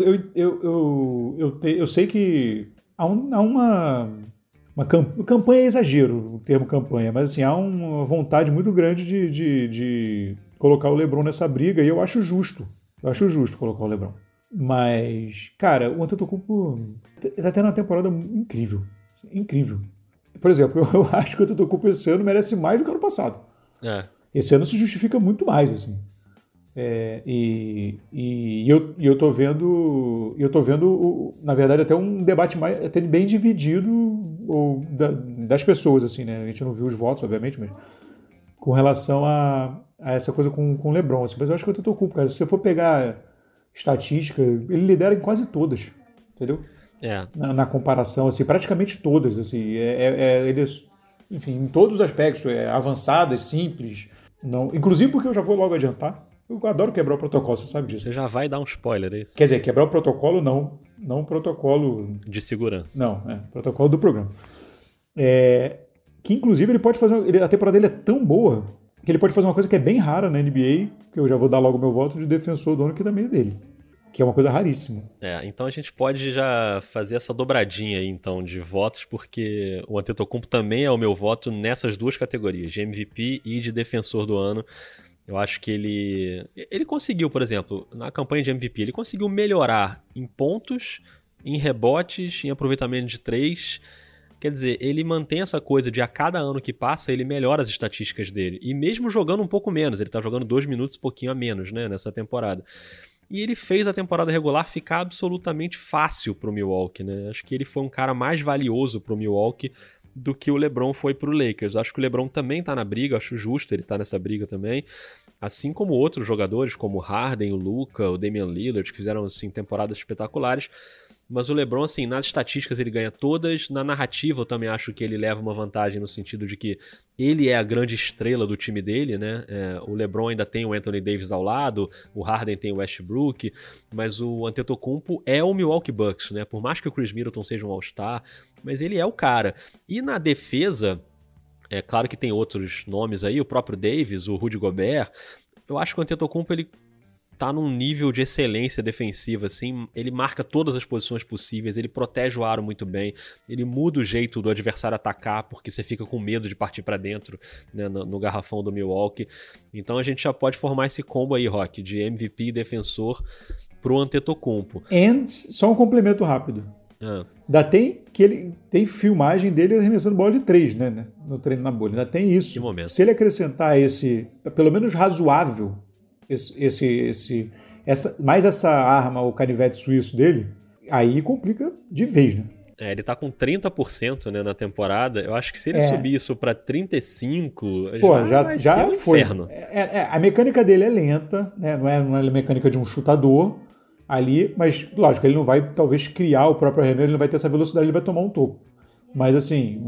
eu sei que há uma campanha é exagero, o termo campanha, mas assim, há uma vontade muito grande de colocar o LeBron nessa briga e eu acho justo. Eu acho justo colocar o LeBron. Mas, cara, o Antetokounmpo tá tendo uma temporada incrível. Incrível. Por exemplo, eu acho que o Antetokounmpo esse ano merece mais do que o ano passado. Esse ano se justifica muito mais, assim. E eu tô vendo, na verdade, até um debate até bem dividido das pessoas, assim, né? A gente não viu os votos, obviamente, mas com relação a essa coisa com o LeBron. Assim. Mas eu acho que eu Antetokounmpo, cara, se você for pegar estatística, ele lidera em quase todas, entendeu? Na comparação, assim, praticamente todas, assim, eles, enfim, em todos os aspectos, avançadas, simples, não, inclusive porque eu já vou logo adiantar, eu adoro quebrar o protocolo, você sabe disso. Você já vai dar um spoiler, é isso? Quer dizer, quebrar o protocolo não protocolo... de segurança. Não, protocolo do programa. Que inclusive ele pode fazer, a temporada dele é tão boa, que ele pode fazer uma coisa que é bem rara na NBA, que eu já vou dar logo meu voto de defensor do ano, que também é dele. Que é uma coisa raríssima. Então a gente pode já fazer essa dobradinha aí, então, de votos, porque o Antetokounmpo também é o meu voto nessas duas categorias, de MVP e de defensor do ano. Eu acho que ele conseguiu, por exemplo, na campanha de MVP, ele conseguiu melhorar em pontos, em rebotes, em aproveitamento de 3. Quer dizer, ele mantém essa coisa de a cada ano que passa, ele melhora as estatísticas dele. E mesmo jogando um pouco menos, ele tá jogando 2 minutos e pouquinho a menos, né, nessa temporada. E ele fez a temporada regular ficar absolutamente fácil pro Milwaukee, né? Acho que ele foi um cara mais valioso pro Milwaukee do que o LeBron foi pro Lakers. Acho que o LeBron também tá na briga, acho justo ele tá nessa briga também. Assim como outros jogadores, como o Harden, o Luka, o Damian Lillard, que fizeram, assim, temporadas espetaculares. Mas o LeBron, assim, nas estatísticas ele ganha todas, na narrativa eu também acho que ele leva uma vantagem no sentido de que ele é a grande estrela do time dele, né? O LeBron ainda tem o Anthony Davis ao lado, o Harden tem o Westbrook, mas o Antetokounmpo é o Milwaukee Bucks, né? Por mais que o Chris Middleton seja um All-Star, mas ele é o cara. E na defesa, é claro que tem outros nomes aí, o próprio Davis, o Rudy Gobert, eu acho que o Antetokounmpo ele tá num nível de excelência defensiva, assim, ele marca todas as posições possíveis, ele protege o aro muito bem, ele muda o jeito do adversário atacar, porque você fica com medo de partir pra dentro, né, no garrafão do Milwaukee. Então a gente já pode formar esse combo aí, Rock, de MVP e defensor pro Antetokounmpo. Só um complemento rápido. Ainda tem que ele tem filmagem dele arremessando bola de 3, né, no treino na bolha, ainda tem isso. Que momento. Se ele acrescentar esse, pelo menos razoável, mais essa arma, o canivete suíço dele, aí complica de vez, né? Ele tá com 30%, né, na temporada. Eu acho que se ele subir isso pra 35%, já vai ser um inferno. A mecânica dele é lenta, né? Não é a mecânica de um chutador ali, mas lógico, ele não vai talvez criar o próprio arremesso, ele não vai ter essa velocidade, ele vai tomar um toco. Mas assim,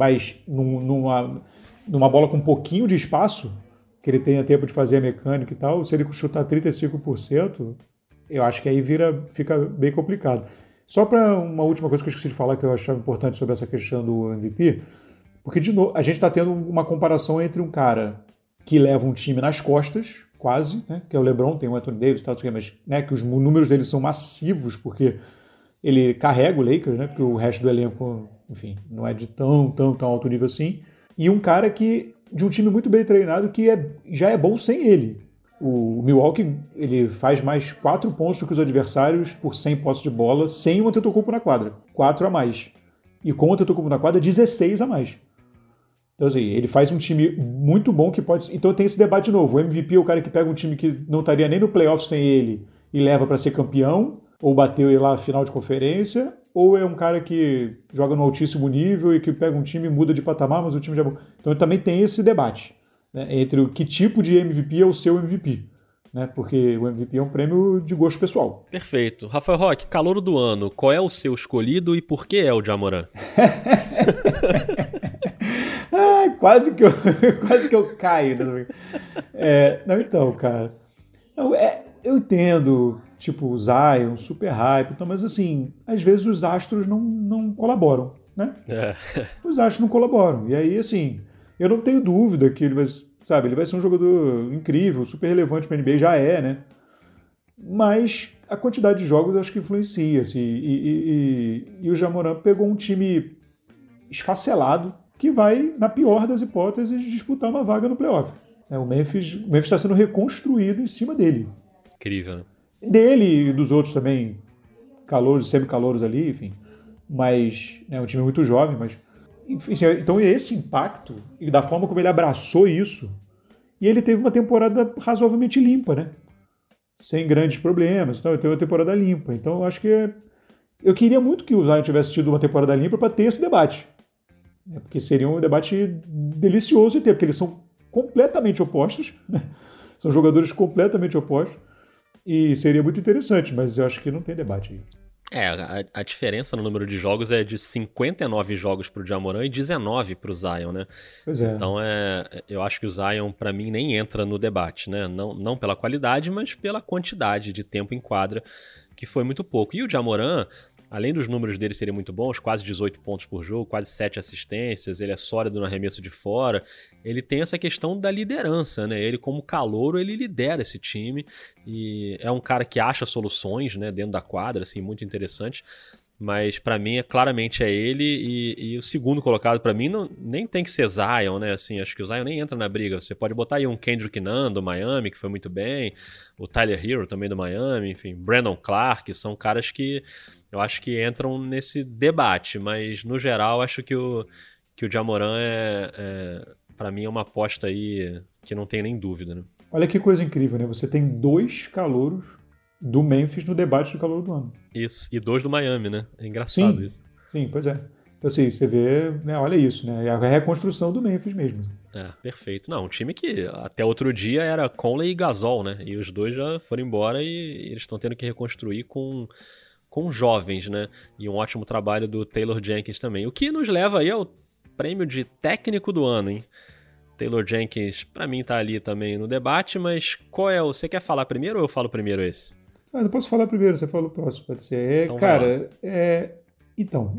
numa bola com um pouquinho de espaço, que ele tenha tempo de fazer a mecânica e tal, se ele chutar 35%, eu acho que aí fica bem complicado. Só para uma última coisa que eu esqueci de falar, que eu achava importante sobre essa questão do MVP, porque de novo, a gente está tendo uma comparação entre um cara que leva um time nas costas, quase, né, que é o LeBron, tem o Anthony Davis e tal, mas né, que os números dele são massivos, porque ele carrega o Lakers, né, porque o resto do elenco, enfim, não é de tão alto nível assim, e um cara de um time muito bem treinado que já é bom sem ele. O Milwaukee ele faz mais 4 pontos do que os adversários por 100 posses de bola sem o Antetokounmpo na quadra. 4 a mais. E com o Antetokounmpo na quadra, 16 a mais. Então, assim, ele faz um time muito bom que pode... Então tem esse debate novo. O MVP é o cara que pega um time que não estaria nem no playoff sem ele e leva para ser campeão, ou bateu lá na final de conferência, ou é um cara que joga no altíssimo nível e que pega um time e muda de patamar, mas o time já é bom. Então também tem esse debate, né, entre que tipo de MVP é o seu MVP. Né, porque o MVP é um prêmio de gosto pessoal. Perfeito. Rafael Roque, calouro do ano, qual é o seu escolhido e por que é o Ja Morant? Quase que eu caio. Não, então, cara. Eu entendo, tipo, o Zion, super hype, então, mas assim, às vezes os astros não colaboram, né? Os astros não colaboram. E aí, assim, eu não tenho dúvida que ele vai ser um jogador incrível, super relevante para a NBA, já é, né? Mas a quantidade de jogos eu acho que influencia, assim, e o Ja Morant pegou um time esfacelado que vai, na pior das hipóteses, disputar uma vaga no playoff. O Memphis está sendo reconstruído em cima dele. Incrível, né? Dele e dos outros também, calouros, semi-calouros ali, enfim. Mas é um time muito jovem, mas... Enfim, então esse impacto, e da forma como ele abraçou isso, e ele teve uma temporada razoavelmente limpa, né? sem grandes problemas, então tem uma temporada limpa. Então eu acho que eu queria muito que o Zion tivesse tido uma temporada limpa para ter esse debate. Porque seria um debate delicioso de ter, porque eles são completamente opostos, né? São jogadores completamente opostos, e seria muito interessante, mas eu acho que não tem debate aí. A diferença no número de jogos é de 59 jogos pro Ja Morant e 19 pro Zion, né? Pois é. Então eu acho que o Zion, para mim, nem entra no debate, né? Não pela qualidade, mas pela quantidade de tempo em quadra, que foi muito pouco. E o Ja Morant, além dos números dele serem muito bons, quase 18 pontos por jogo, quase 7 assistências, ele é sólido no arremesso de fora, ele tem essa questão da liderança, né? Ele, como calouro, ele lidera esse time e é um cara que acha soluções, né, dentro da quadra, assim, muito interessante. Mas pra mim, claramente é ele, e o segundo colocado pra mim nem tem que ser Zion, né? Assim, acho que o Zion nem entra na briga. Você pode botar aí um Kendrick Nunn do Miami, que foi muito bem, o Tyler Hero também do Miami, enfim, Brandon Clark, são caras que eu acho que entram nesse debate, mas no geral acho que o Ja Morant pra mim é uma aposta aí que não tem nem dúvida, né? Olha que coisa incrível, né? Você tem 2 calouros do Memphis no debate do calor do ano. Isso, e 2 do Miami, né? É engraçado isso. Sim, pois é. Então assim, você vê, né, olha isso, né? É a reconstrução do Memphis mesmo. Perfeito. Não, um time que até outro dia era Conley e Gasol, né? E os dois já foram embora e eles estão tendo que reconstruir com jovens, né? E um ótimo trabalho do Taylor Jenkins também. O que nos leva aí ao prêmio de técnico do ano, hein? Taylor Jenkins, pra mim, tá ali também no debate, mas qual é o... Você quer falar primeiro ou eu falo primeiro esse? Eu posso falar primeiro, você fala o próximo, pode ser. Então, cara, então,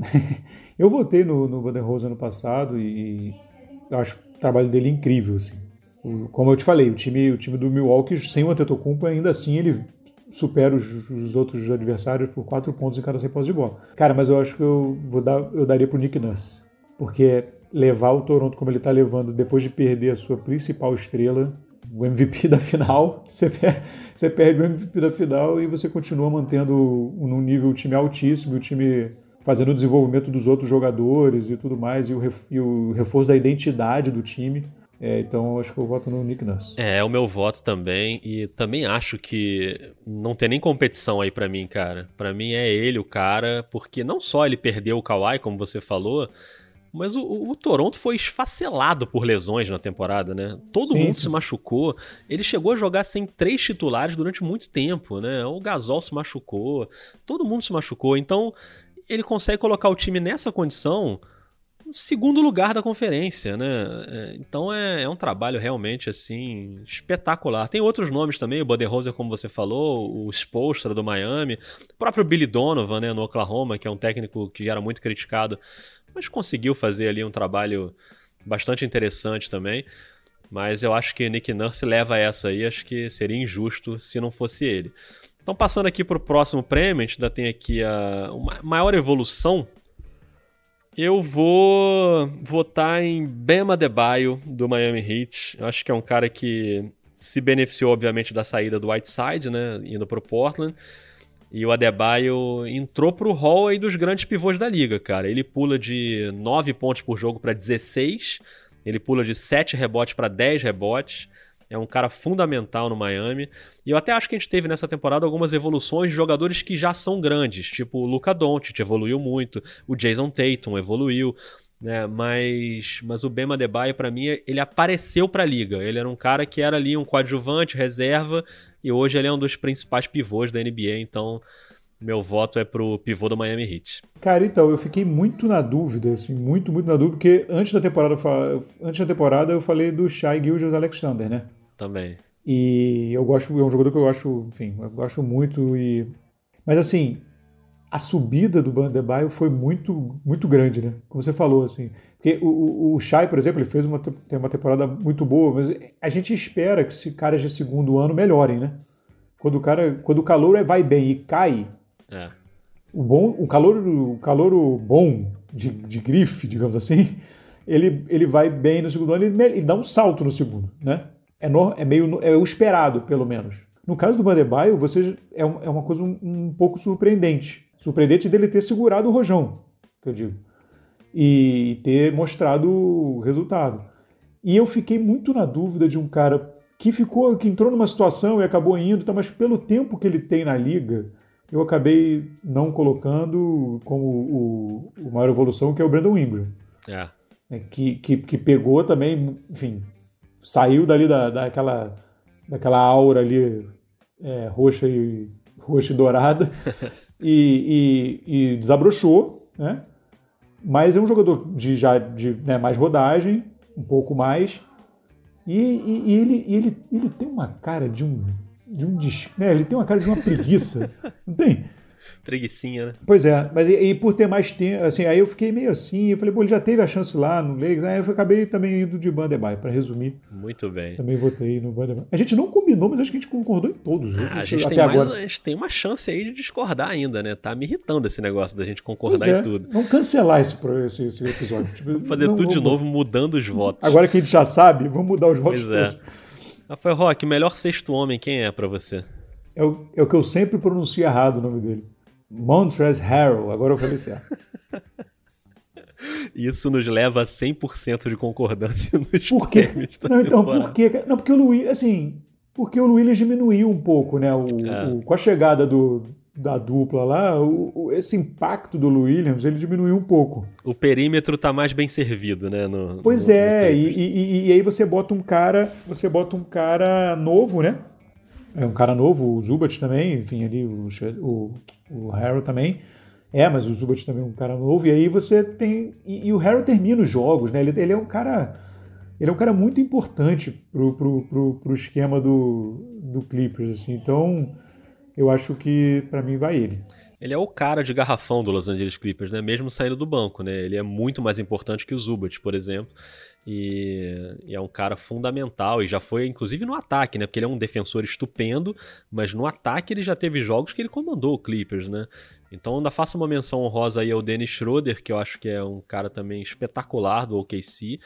eu votei no Budenholzer ano passado e eu acho o trabalho dele incrível, assim. Como eu te falei, o time do Milwaukee, sem o Antetokounmpo, ainda assim ele supera os outros adversários por 4 pontos em cada 100 posses de bola. Cara, mas eu acho que eu daria pro Nick Nurse, porque levar o Toronto como ele tá levando depois de perder a sua principal estrela, o MVP da final, você perde o MVP da final e você continua mantendo num nível o time altíssimo, o time fazendo o desenvolvimento dos outros jogadores e tudo mais, e o reforço da identidade do time. Então acho que eu voto no Nick Nurse. É o meu voto também, e também acho que não tem nem competição aí pra mim, cara. Pra mim é ele o cara, porque não só ele perdeu o Kawhi, como você falou, mas o Toronto foi esfacelado por lesões na temporada, né? Todo mundo se machucou. Ele chegou a jogar sem 3 titulares durante muito tempo, né? O Gasol se machucou, todo mundo se machucou. Então, ele consegue colocar o time nessa condição, no segundo lugar da conferência, né? Então, é um trabalho realmente, assim, espetacular. Tem outros nomes também, o Budenholzer, como você falou, o Spoelstra do Miami, o próprio Billy Donovan, né, no Oklahoma, que é um técnico que era muito criticado, mas conseguiu fazer ali um trabalho bastante interessante também. Mas eu acho que Nick Nurse leva essa aí, acho que seria injusto se não fosse ele. Então, passando aqui para o próximo prêmio, a gente ainda tem aqui a maior evolução. Eu vou votar em Bam Adebayo, do Miami Heat. Eu acho que é um cara que se beneficiou, obviamente, da saída do Whiteside, né, indo para o Portland. E o Adebayo entrou pro hall aí dos grandes pivôs da liga, cara. Ele pula de 9 pontos por jogo para 16, ele pula de 7 rebotes para 10 rebotes. É um cara fundamental no Miami. E eu até acho que a gente teve nessa temporada algumas evoluções de jogadores que já são grandes, tipo o Luka Doncic evoluiu muito, o Jason Tatum evoluiu, né? Mas o Bam Adebayo, pra mim, ele apareceu pra liga. Ele era um cara que era ali um coadjuvante, reserva, e hoje ele é um dos principais pivôs da NBA, então meu voto é pro pivô do Miami Heat. Cara, então, eu fiquei muito na dúvida, assim, muito na dúvida, porque antes da temporada eu falei do Shai Gilgeous-Alexander, né? Também. E eu gosto, é um jogador que eu gosto, enfim, eu gosto muito. Mas assim, a subida do Bam Adebayo foi muito, muito grande, né? Como você falou, assim. Porque o Shai, por exemplo, ele tem uma temporada muito boa, mas a gente espera que esses caras de segundo ano melhorem, né? Quando o calouro vai bem e cai, o calouro bom de grife, digamos assim, ele vai bem no segundo ano e ele dá um salto no segundo, né? É o esperado, pelo menos. No caso do Bam Adebayo, é uma coisa um pouco surpreendente. Surpreendente dele ter segurado o rojão, que eu digo, e ter mostrado o resultado. E eu fiquei muito na dúvida de um cara que entrou numa situação e acabou indo, tá, mas pelo tempo que ele tem na liga, eu acabei não colocando como o maior evolução, que é o Brandon Ingram. Que pegou também, enfim, saiu dali daquela aura ali roxa e dourada e desabrochou, né? Mas é um jogador de mais rodagem, um pouco mais, e ele tem uma cara de um ele tem uma cara de uma preguiça, não tem? Preguicinha, né? Pois é, mas e por ter mais tempo, assim, aí eu fiquei meio assim, eu falei, ele já teve a chance lá no Lakers, aí eu acabei também indo de Ban Adebayo, para resumir. Muito bem. Também votei no Ban Adebayo. A gente não combinou, mas acho que a gente concordou em todos. A gente tem uma chance aí de discordar ainda, né? Tá me irritando esse negócio da gente concordar em tudo. Vamos cancelar esse episódio. Vamos fazer tudo de novo, mudando os votos. Agora que a gente já sabe, vamos mudar os votos todos. Rafael Roque, melhor sexto homem, quem é pra você? É o que eu sempre pronuncio errado o nome dele. Montrezl Harrell, agora eu falei certo. Isso nos leva a 100% de concordância nos prêmios da temporada. Por quê? Não, porque o Williams diminuiu um pouco, né? Com a chegada da dupla lá, esse impacto do Williams, ele diminuiu um pouco. O perímetro tá mais bem servido, né? E aí você bota um cara novo, né? É um cara novo, o Zubac também, enfim, ali o Harrell também. Mas o Zubac também é um cara novo, e aí você tem... E o Harrell termina os jogos, né? Ele é um cara muito importante pro esquema do Clippers, assim. Então, eu acho que, para mim, vai ele. Ele é o cara de garrafão do Los Angeles Clippers, né? Mesmo saindo do banco, né? Ele é muito mais importante que o Zubac, por exemplo. E é um cara fundamental, e já foi inclusive no ataque, né? Porque ele é um defensor estupendo, mas no ataque ele já teve jogos que ele comandou o Clippers, né? Então ainda faço uma menção honrosa aí ao Dennis Schroeder, que eu acho que é um cara também espetacular do OKC,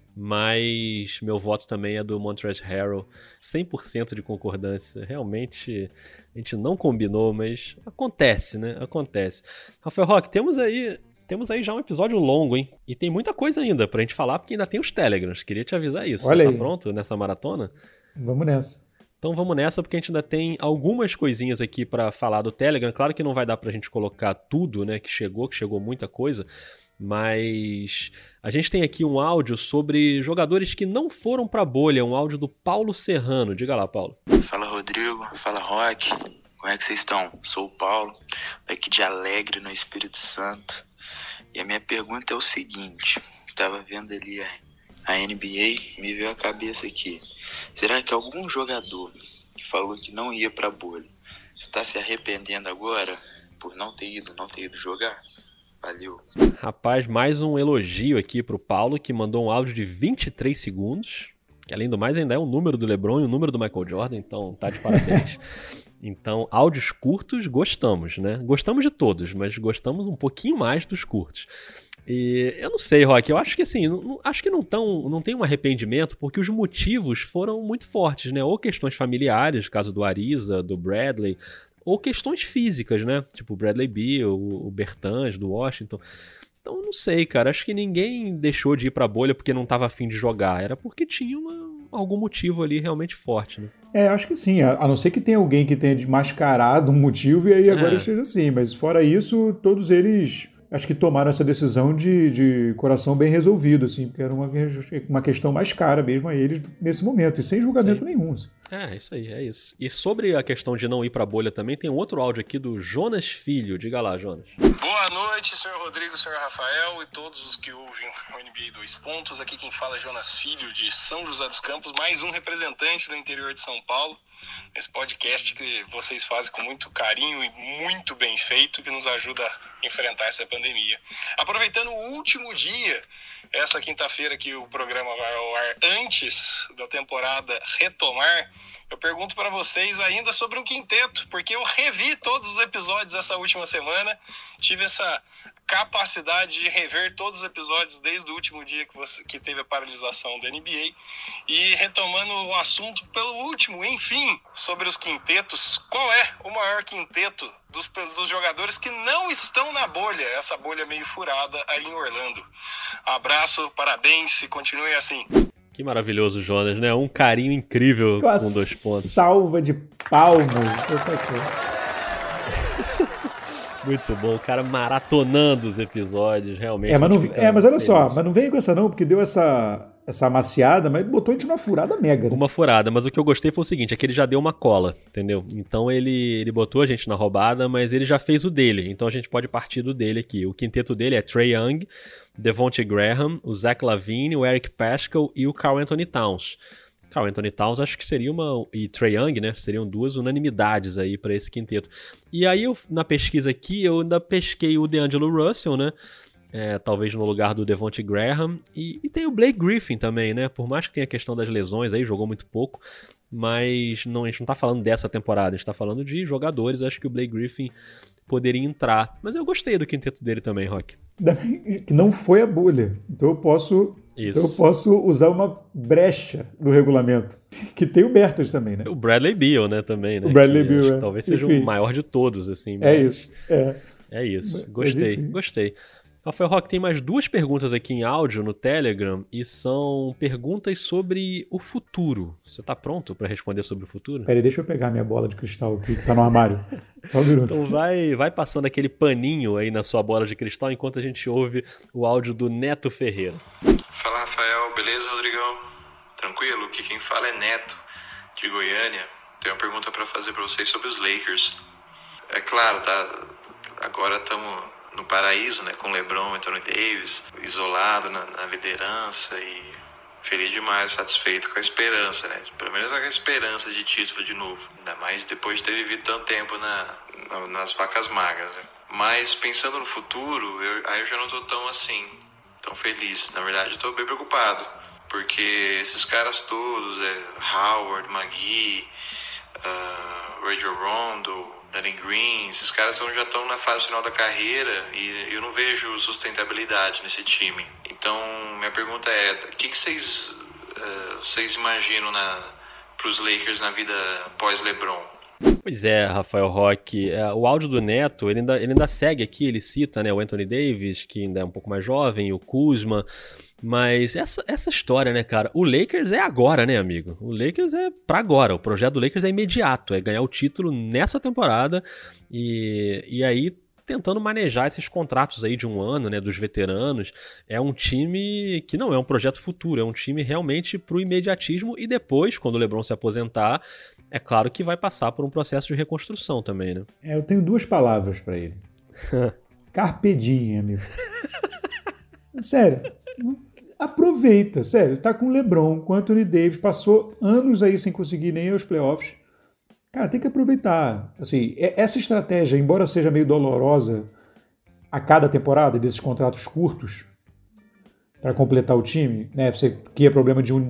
mas meu voto também é do Montrezl Harrell, 100% de concordância. Realmente a gente não combinou, mas acontece, né? Acontece. Rafael Roque, temos aí já um episódio longo, hein? E tem muita coisa ainda pra gente falar, porque ainda tem os Telegrams. Queria te avisar isso. Olha, você tá pronto nessa maratona? Vamos nessa. Então vamos nessa, porque a gente ainda tem algumas coisinhas aqui pra falar do Telegram. Claro que não vai dar pra gente colocar tudo, né, que chegou muita coisa, mas a gente tem aqui um áudio sobre jogadores que não foram pra bolha, um áudio do Paulo Serrano. Diga lá, Paulo. Fala, Rodrigo. Fala, Roque. Como é que vocês estão? Sou o Paulo, daqui de Alegre, no Espírito Santo. E a minha pergunta é o seguinte, estava vendo ali a NBA, me veio a cabeça aqui. Será que algum jogador que falou que não ia pra bolha está se arrependendo agora por não ter ido jogar? Valeu. Rapaz, mais um elogio aqui pro Paulo, que mandou um áudio de 23 segundos, que além do mais ainda é o número do LeBron e o número do Michael Jordan, então tá de parabéns. Então, áudios curtos, gostamos, né? Gostamos de todos, mas gostamos um pouquinho mais dos curtos. E eu não sei, Roque, eu acho que assim, acho que não tem um arrependimento, porque os motivos foram muito fortes, né? Ou questões familiares, caso do Ariza, do Bradley, ou questões físicas, né? Tipo o Bradley Beal, o Bertans, do Washington. Então, não sei, cara, acho que ninguém deixou de ir pra bolha porque não tava afim de jogar, era porque tinha algum motivo ali realmente forte, né? Acho que sim, a não ser que tenha alguém que tenha desmascarado um motivo e aí agora esteja assim, mas fora isso, todos eles acho que tomaram essa decisão de coração bem resolvido, assim, porque era uma questão mais cara mesmo a eles nesse momento, e sem julgamento nenhum. Assim. Isso aí, é isso. E sobre a questão de não ir pra bolha também, tem um outro áudio aqui do Jonas Filho. Diga lá, Jonas. Boa noite, senhor Rodrigo, senhor Rafael e todos os que ouvem o NBA 2 Pontos. Aqui quem fala é Jonas Filho, de São José dos Campos, mais um representante do interior de São Paulo. Esse podcast que vocês fazem com muito carinho e muito bem feito, que nos ajuda a enfrentar essa pandemia. Aproveitando o último dia, essa quinta-feira que o programa vai ao ar antes da temporada retomar, eu pergunto para vocês ainda sobre um quinteto, porque eu revi todos os episódios essa última semana, tive essa capacidade de rever todos os episódios desde o último dia que teve a paralisação da NBA, e retomando o assunto pelo último, enfim, sobre os quintetos, qual é o maior quinteto dos jogadores que não estão na bolha, essa bolha meio furada aí em Orlando? Abraço, parabéns e continue assim. Que maravilhoso, Jonas, né? Um carinho incrível com 2 pontos. Salva de palmas. Muito bom, o cara maratonando os episódios, realmente. Mas olha só, mas não veio com essa não, porque deu essa amaciada, mas botou a gente numa furada mega. Né? Uma furada, mas o que eu gostei foi o seguinte, é que ele já deu uma cola, entendeu? Então ele botou a gente na roubada, mas ele já fez o dele, então a gente pode partir do dele aqui. O quinteto dele é Trae Young, Devonte Graham, o Zach LaVine, o Eric Paschall e o Karl-Anthony Towns. Karl-Anthony Towns acho que seria e Trae Young, né? Seriam 2 unanimidades aí para esse quinteto. E aí, na pesquisa aqui, eu ainda pesquei o DeAngelo Russell, né? Talvez no lugar do Devonte Graham. E tem o Blake Griffin também, né? Por mais que tenha a questão das lesões aí, jogou muito pouco. Mas a gente não tá falando dessa temporada, a gente tá falando de jogadores. Acho que o Blake Griffin poderia entrar. Mas eu gostei do quinteto dele também, Rock. Que não foi a bolha. Então eu posso usar uma brecha do regulamento. Que tem o Bertas também, né? O Bradley Beal, né? Também, né? O Bradley Beal, talvez seja o maior de todos, assim. É isso. Gostei. Rafael Roque, tem mais 2 perguntas aqui em áudio no Telegram e são perguntas sobre o futuro. Você tá pronto para responder sobre o futuro? Peraí, deixa eu pegar minha bola de cristal aqui que tá no armário. Só um minuto. Então vai passando aquele paninho aí na sua bola de cristal enquanto a gente ouve o áudio do Neto Ferreira. Fala, Rafael. Beleza, Rodrigão? Tranquilo? Aqui quem fala é Neto, de Goiânia. Tenho uma pergunta para fazer para vocês sobre os Lakers. É claro, tá? Agora estamos no paraíso, né, com LeBron, Anthony Davis, isolado na liderança e feliz demais, satisfeito com a esperança, né, pelo menos com a esperança de título de novo, ainda mais depois de ter vivido tanto tempo nas vacas magras, né? Mas pensando no futuro, eu já não tô tão feliz, na verdade eu tô bem preocupado, porque esses caras todos, Howard, McGee, Rajon Rondo, Danny Green, esses caras já estão na fase final da carreira e eu não vejo sustentabilidade nesse time. Então, minha pergunta é, o que vocês imaginam para os Lakers na vida pós-LeBron? Pois é, Rafael Roque, o áudio do Neto, ele ainda segue aqui, ele cita, né, o Anthony Davis, que ainda é um pouco mais jovem, o Kuzma, mas essa história, né, cara, o Lakers é agora, né, amigo? O Lakers é pra agora, o projeto do Lakers é imediato, é ganhar o título nessa temporada e aí tentando manejar esses contratos aí de 1 ano, né, dos veteranos. É um time que não é um projeto futuro, é um time realmente pro imediatismo e depois, quando o LeBron se aposentar, é claro que vai passar por um processo de reconstrução também, né? Eu tenho 2 palavras pra ele. Carpe diem, amigo. Sério. Aproveita, sério. Tá com o LeBron, com o Anthony Davis, passou anos aí sem conseguir nem ir aos playoffs. Cara, tem que aproveitar. Assim, essa estratégia, embora seja meio dolorosa a cada temporada, desses contratos curtos, para completar o time, né? Você cria problema de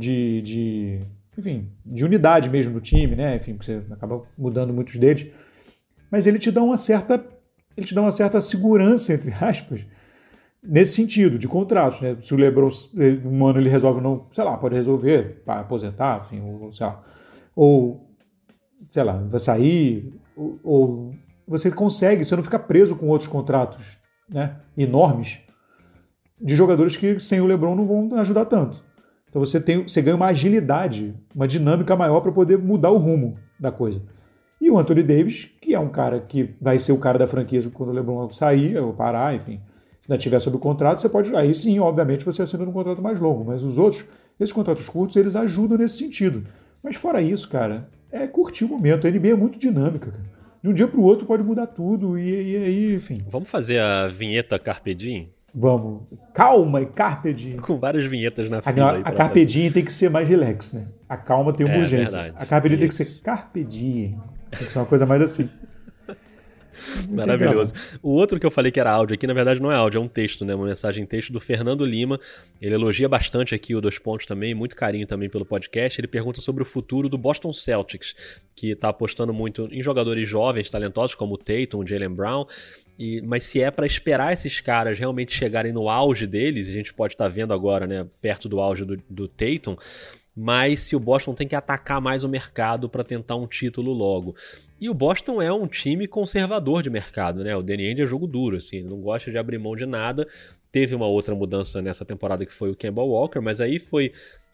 unidade mesmo no time, né? Enfim, você acaba mudando muitos deles. Mas ele te dá uma certa segurança, entre aspas, nesse sentido, de contratos, né? Se o LeBron, um ano ele resolve não, sei lá, pode resolver para aposentar, enfim, ou sei lá, vai sair, ou você consegue, você não fica preso com outros contratos, né, enormes, de jogadores que sem o LeBron não vão ajudar tanto. Então você ganha uma agilidade, uma dinâmica maior para poder mudar o rumo da coisa. E o Anthony Davis, que é um cara que vai ser o cara da franquia quando o LeBron sair ou parar, enfim, se ainda estiver sob o contrato, você pode, aí sim, obviamente, você assina um contrato mais longo, mas os outros, esses contratos curtos, eles ajudam nesse sentido. Mas fora isso, cara, é curtir o momento. A NBA é muito dinâmica, cara. De um dia para o outro pode mudar tudo e aí, enfim. Vamos fazer a vinheta Carpe Diem? Vamos. Calma e Carpe Diem. Com várias vinhetas na fila. A Carpe Diem tem que ser mais relax, né? A calma tem uma urgência. Verdade. A Carpe Diem tem que ser Carpe Diem. Tem que ser uma coisa mais assim. Maravilhoso. O outro que eu falei que era áudio aqui, na verdade não é áudio, é um texto, né? Uma mensagem em texto do Fernando Lima. Ele elogia bastante aqui o 2 Pontos também, muito carinho também pelo podcast. Ele pergunta sobre o futuro do Boston Celtics, que está apostando muito em jogadores jovens, talentosos, como o Tatum, o Jaylen Brown. Mas se é para esperar esses caras realmente chegarem no auge deles, a gente pode estar vendo agora, né, perto do auge do Tatum, mas se o Boston tem que atacar mais o mercado para tentar um título logo. E o Boston é um time conservador de mercado, né? O Danny Ainge é jogo duro, assim, não gosta de abrir mão de nada. Teve uma outra mudança nessa temporada que foi o Kemba Walker, mas aí foi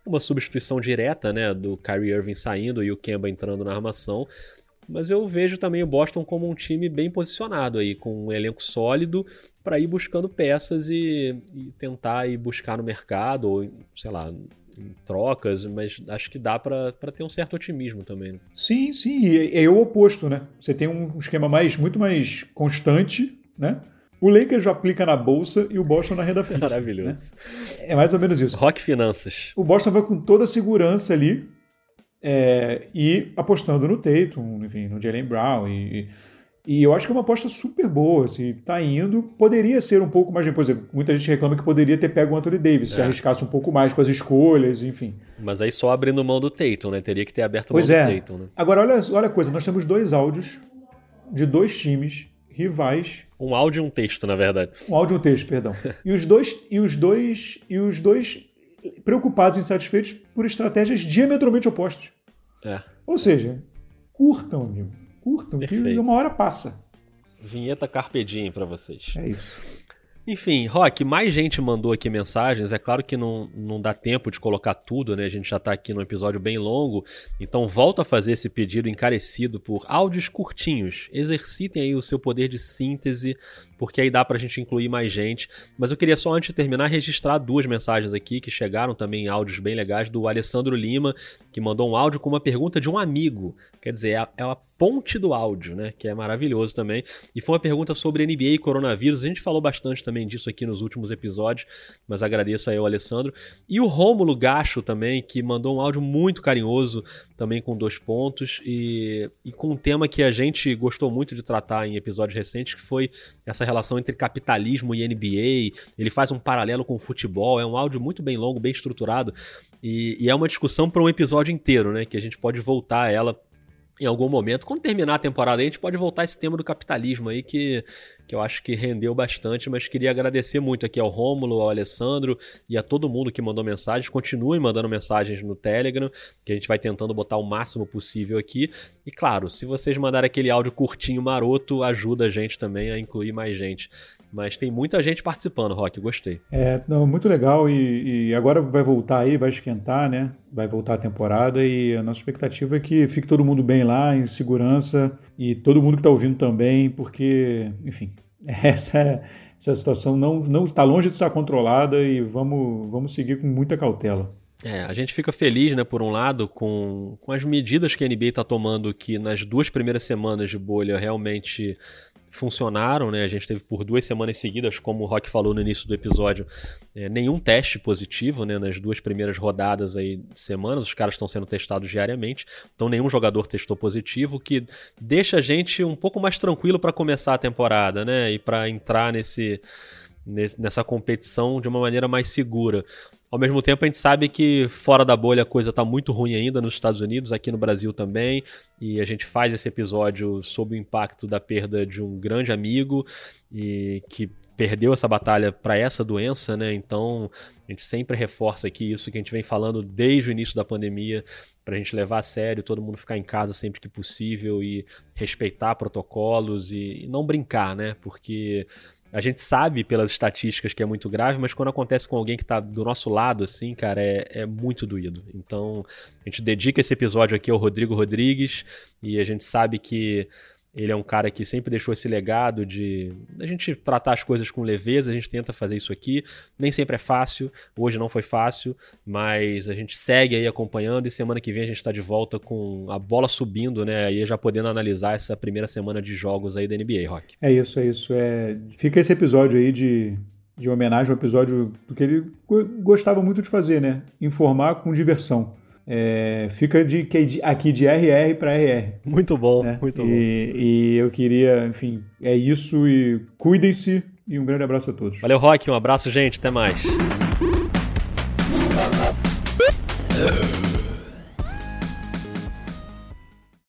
uma substituição direta, né, do Kyrie Irving saindo e o Kemba entrando na armação. Mas eu vejo também o Boston como um time bem posicionado aí, com um elenco sólido para ir buscando peças e tentar ir buscar no mercado, ou sei lá, em trocas, mas acho que dá para ter um certo otimismo também. Né? Sim, e é o oposto, né? Você tem um esquema muito mais constante, né? O Lakers já aplica na bolsa e o Boston na renda fixa. Maravilhoso. Né? É mais ou menos isso. Rock Finanças. O Boston vai com toda a segurança ali, e apostando no Tatum, enfim, no Jaylen Brown, e eu acho que é uma aposta super boa, assim, tá indo, poderia ser um pouco mais, por exemplo, muita gente reclama que poderia ter pego o Anthony Davis, se arriscasse um pouco mais com as escolhas, enfim. Mas aí só abrindo mão do Tatum, né, teria que ter aberto mão do Tatum, né. Agora olha a coisa, nós temos 2 áudios de 2 times rivais. Um áudio e um texto, na verdade. Um áudio e um texto, perdão. E os dois preocupados e insatisfeitos por estratégias diametralmente opostas. Ou seja, curtam, amigo. Curtam, perfeito. Que uma hora passa. Vinheta Carpe Diem pra vocês. É isso. Enfim, Rock, mais gente mandou aqui mensagens. É claro que não dá tempo de colocar tudo, né? A gente já tá aqui num episódio bem longo. Então volto a fazer esse pedido encarecido por áudios curtinhos. Exercitem aí o seu poder de síntese, porque aí dá pra gente incluir mais gente. Mas eu queria só, antes de terminar, registrar 2 mensagens aqui que chegaram também em áudios bem legais, do Alessandro Lima, que mandou um áudio com uma pergunta de um amigo. Quer dizer, é a ponte do áudio, né? Que é maravilhoso também. E foi uma pergunta sobre NBA e coronavírus. A gente falou bastante também disso aqui nos últimos episódios, mas agradeço aí ao Alessandro. E o Rômulo Gacho também, que mandou um áudio muito carinhoso, também com 2 pontos, e com um tema que a gente gostou muito de tratar em episódios recentes, que foi essa relação entre capitalismo e NBA. Ele faz um paralelo com o futebol, é um áudio muito bem longo, bem estruturado, e é uma discussão para um episódio inteiro, né? Que a gente pode voltar a ela em algum momento. Quando terminar a temporada, a gente pode voltar a esse tema do capitalismo aí, que eu acho que rendeu bastante, mas queria agradecer muito aqui ao Rômulo, ao Alessandro e a todo mundo que mandou mensagens. Continuem mandando mensagens no Telegram, que a gente vai tentando botar o máximo possível aqui. E claro, se vocês mandarem aquele áudio curtinho, maroto, ajuda a gente também a incluir mais gente. Mas tem muita gente participando, Rock, gostei. Muito legal, e agora vai voltar aí, vai esquentar, né? Vai voltar a temporada, e a nossa expectativa é que fique todo mundo bem lá, em segurança, e todo mundo que está ouvindo também, porque, enfim, essa situação não está longe de estar controlada, e vamos seguir com muita cautela. A gente fica feliz, né, por um lado, com as medidas que a NBA está tomando, que nas 2 primeiras semanas de bolha realmente funcionaram, né? A gente teve por 2 semanas seguidas, como o Rock falou no início do episódio, nenhum teste positivo, né? Nas 2 primeiras rodadas aí de semanas, os caras estão sendo testados diariamente, então nenhum jogador testou positivo, que deixa a gente um pouco mais tranquilo para começar a temporada, né? E para entrar nessa competição de uma maneira mais segura. Ao mesmo tempo, a gente sabe que fora da bolha a coisa está muito ruim ainda nos Estados Unidos, aqui no Brasil também, e a gente faz esse episódio sob o impacto da perda de um grande amigo e que perdeu essa batalha para essa doença, né? Então a gente sempre reforça aqui isso que a gente vem falando desde o início da pandemia, para a gente levar a sério, todo mundo ficar em casa sempre que possível e respeitar protocolos e não brincar, né? Porque a gente sabe pelas estatísticas que é muito grave, mas quando acontece com alguém que tá do nosso lado, assim, cara, é muito doído. Então, a gente dedica esse episódio aqui ao Rodrigo Rodrigues, e a gente sabe que ele é um cara que sempre deixou esse legado de a gente tratar as coisas com leveza, a gente tenta fazer isso aqui. Nem sempre é fácil, hoje não foi fácil, mas a gente segue aí acompanhando, e semana que vem a gente está de volta com a bola subindo, né? Aí já podendo analisar essa primeira semana de jogos aí da NBA, Rock. É isso. Fica esse episódio aí de homenagem ao episódio do que ele gostava muito de fazer, né? Informar com diversão. Fica aqui de RR para RR. Muito bom, né? Muito bom. E eu queria, enfim, é isso, e cuidem-se, e um grande abraço a todos. Valeu, Rock, um abraço, gente, até mais.